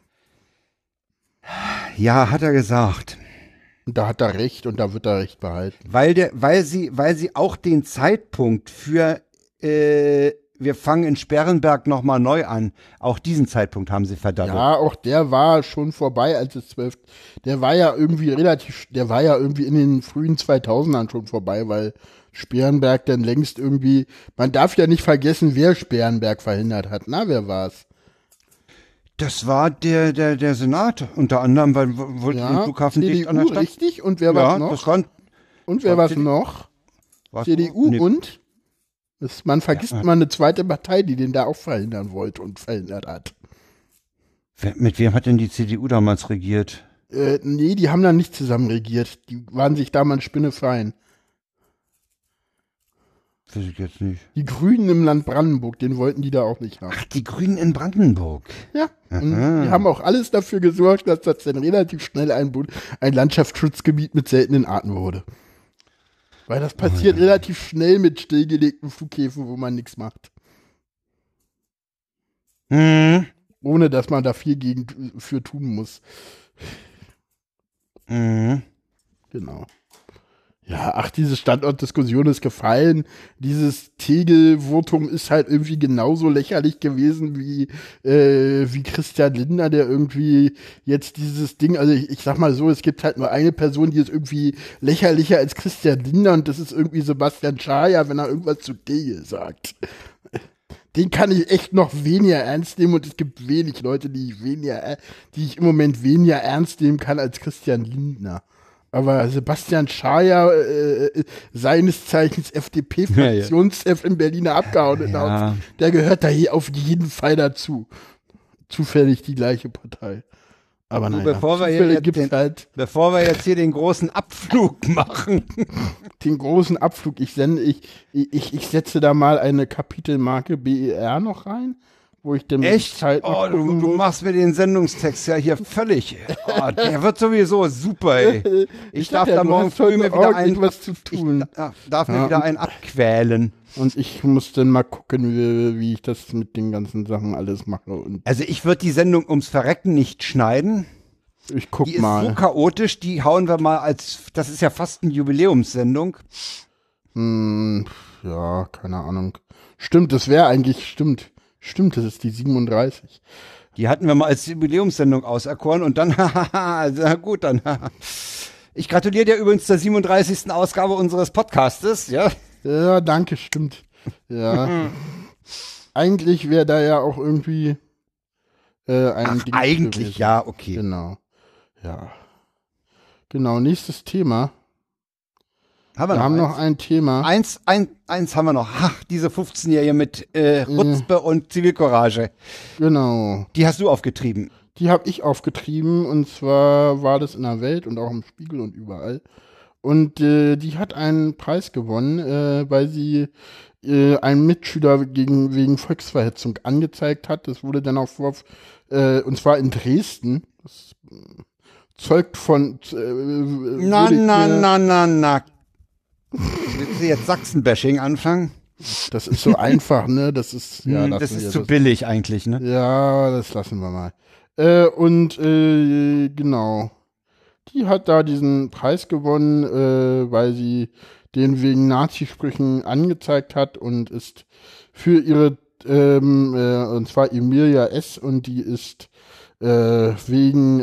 Ja, hat er gesagt.
Und da hat er recht und da wird er recht behalten.
Weil sie auch den Zeitpunkt für wir fangen in Sperrenberg nochmal neu an. Auch diesen Zeitpunkt haben sie verdattelt.
Ja, auch der war schon vorbei, als es 12. Der war ja irgendwie in den frühen 2000ern schon vorbei, weil Sperrenberg dann längst irgendwie, man darf ja nicht vergessen, wer Sperrenberg verhindert hat. Na, wer war's?
Das war der Senat, unter anderem, weil den Flughafen
CDU,
dicht an der Stadt.
Richtig, und wer war's noch? Und wer war's noch? CDU nee. Und? Man vergisst mal eine zweite Partei, die den da auch verhindern wollte und verhindert hat.
Mit wem hat denn die CDU damals regiert?
Nee, die haben da nicht zusammen regiert. Die waren sich damals spinnefein.
Weiß ich jetzt nicht.
Die Grünen im Land Brandenburg, den wollten die da auch nicht haben.
Ach, die Grünen in Brandenburg.
Ja, und die haben auch alles dafür gesorgt, dass das dann relativ schnell ein Landschaftsschutzgebiet mit seltenen Arten wurde. Weil das passiert relativ schnell mit stillgelegten Flughäfen, wo man nichts macht. Ohne, dass man da viel für tun muss. Genau. Ja, diese Standortdiskussion ist gefallen. Dieses Tegel-Votum ist halt irgendwie genauso lächerlich gewesen wie Christian Lindner, der irgendwie jetzt dieses Ding, also ich sag mal so, es gibt halt nur eine Person, die ist irgendwie lächerlicher als Christian Lindner und das ist irgendwie Sebastian Schaja, wenn er irgendwas zu Tegel sagt. Den kann ich echt noch weniger ernst nehmen und es gibt wenig Leute, die ich im Moment weniger ernst nehmen kann als Christian Lindner. Aber Sebastian Schaja, seines Zeichens FDP-Fraktionschef im Berliner Abgeordnetenhaus, der gehört da hier auf jeden Fall dazu. Zufällig die gleiche Partei. Aber nein,
bevor wir jetzt hier den großen Abflug machen.
Den großen Abflug, ich setze da mal eine Kapitelmarke BER noch rein. wo ich dem
Echt? Oh, du machst mir den Sendungstext ja hier völlig. Oh, der wird sowieso super, ey. Ich darf da morgen früh mir wieder
was zu tun.
Darf mir wieder einen abquälen.
Und ich muss dann mal gucken, wie ich das mit den ganzen Sachen alles mache. Und
also ich würde die Sendung ums Verrecken nicht schneiden.
Ich guck
die
mal.
Die ist so chaotisch, die hauen wir mal das ist ja fast eine Jubiläumssendung.
Ja, keine Ahnung. Stimmt, das wäre eigentlich, stimmt, das ist die 37.
Die hatten wir mal als Jubiläumssendung auserkoren und dann, na gut, dann. Ich gratuliere dir übrigens zur 37. Ausgabe unseres Podcastes, ja?
Ja, danke, stimmt. Ja. Eigentlich wäre da ja auch irgendwie ein Ding
eigentlich, gewesen. Ja, okay.
Genau. Ja. Genau, nächstes Thema. Wir haben noch ein Thema.
Eins haben wir noch. Ach, diese 15-Jährige mit Rutzpe und Zivilcourage.
Genau.
Die hast du aufgetrieben.
Die habe ich aufgetrieben und zwar war das in der Welt und auch im Spiegel und überall. Und die hat einen Preis gewonnen, weil sie einen Mitschüler wegen Volksverhetzung angezeigt hat. Das wurde dann auch und zwar in Dresden. Das zeugt von
Na. Willst du jetzt Sachsen-Bashing anfangen?
Das ist so einfach, ne? Das ist ja,
das ist zu billig eigentlich, ne?
Ja, das lassen wir mal. Genau. Die hat da diesen Preis gewonnen, weil sie den wegen Nazisprüchen angezeigt hat und ist für ihre, und zwar Emilia S. und die ist wegen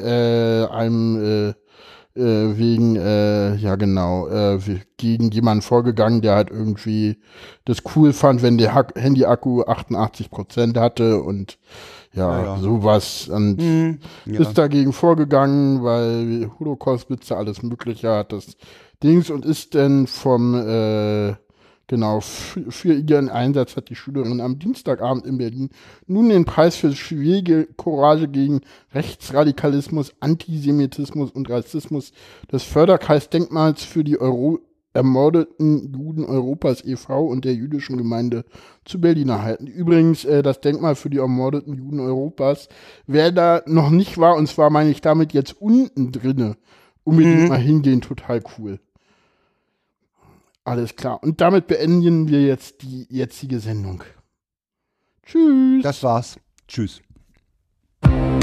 gegen jemanden vorgegangen, der halt irgendwie das cool fand, wenn der Handy-Akku 88% hatte und sowas. Und ist dagegen vorgegangen, weil Holocaust-Witze, alles Mögliche hat das Dings und ist dann für ihren Einsatz hat die Schülerin am Dienstagabend in Berlin nun den Preis für Zivilcourage gegen Rechtsradikalismus, Antisemitismus und Rassismus des Förderkreisdenkmals für die ermordeten Juden Europas e.V. und der jüdischen Gemeinde zu Berlin erhalten. Übrigens, das Denkmal für die ermordeten Juden Europas, wer da noch nicht war, und zwar meine ich damit jetzt unten drinne, unbedingt mal hingehen, total cool. Alles klar. Und damit beenden wir jetzt die jetzige Sendung. Tschüss.
Das war's. Tschüss.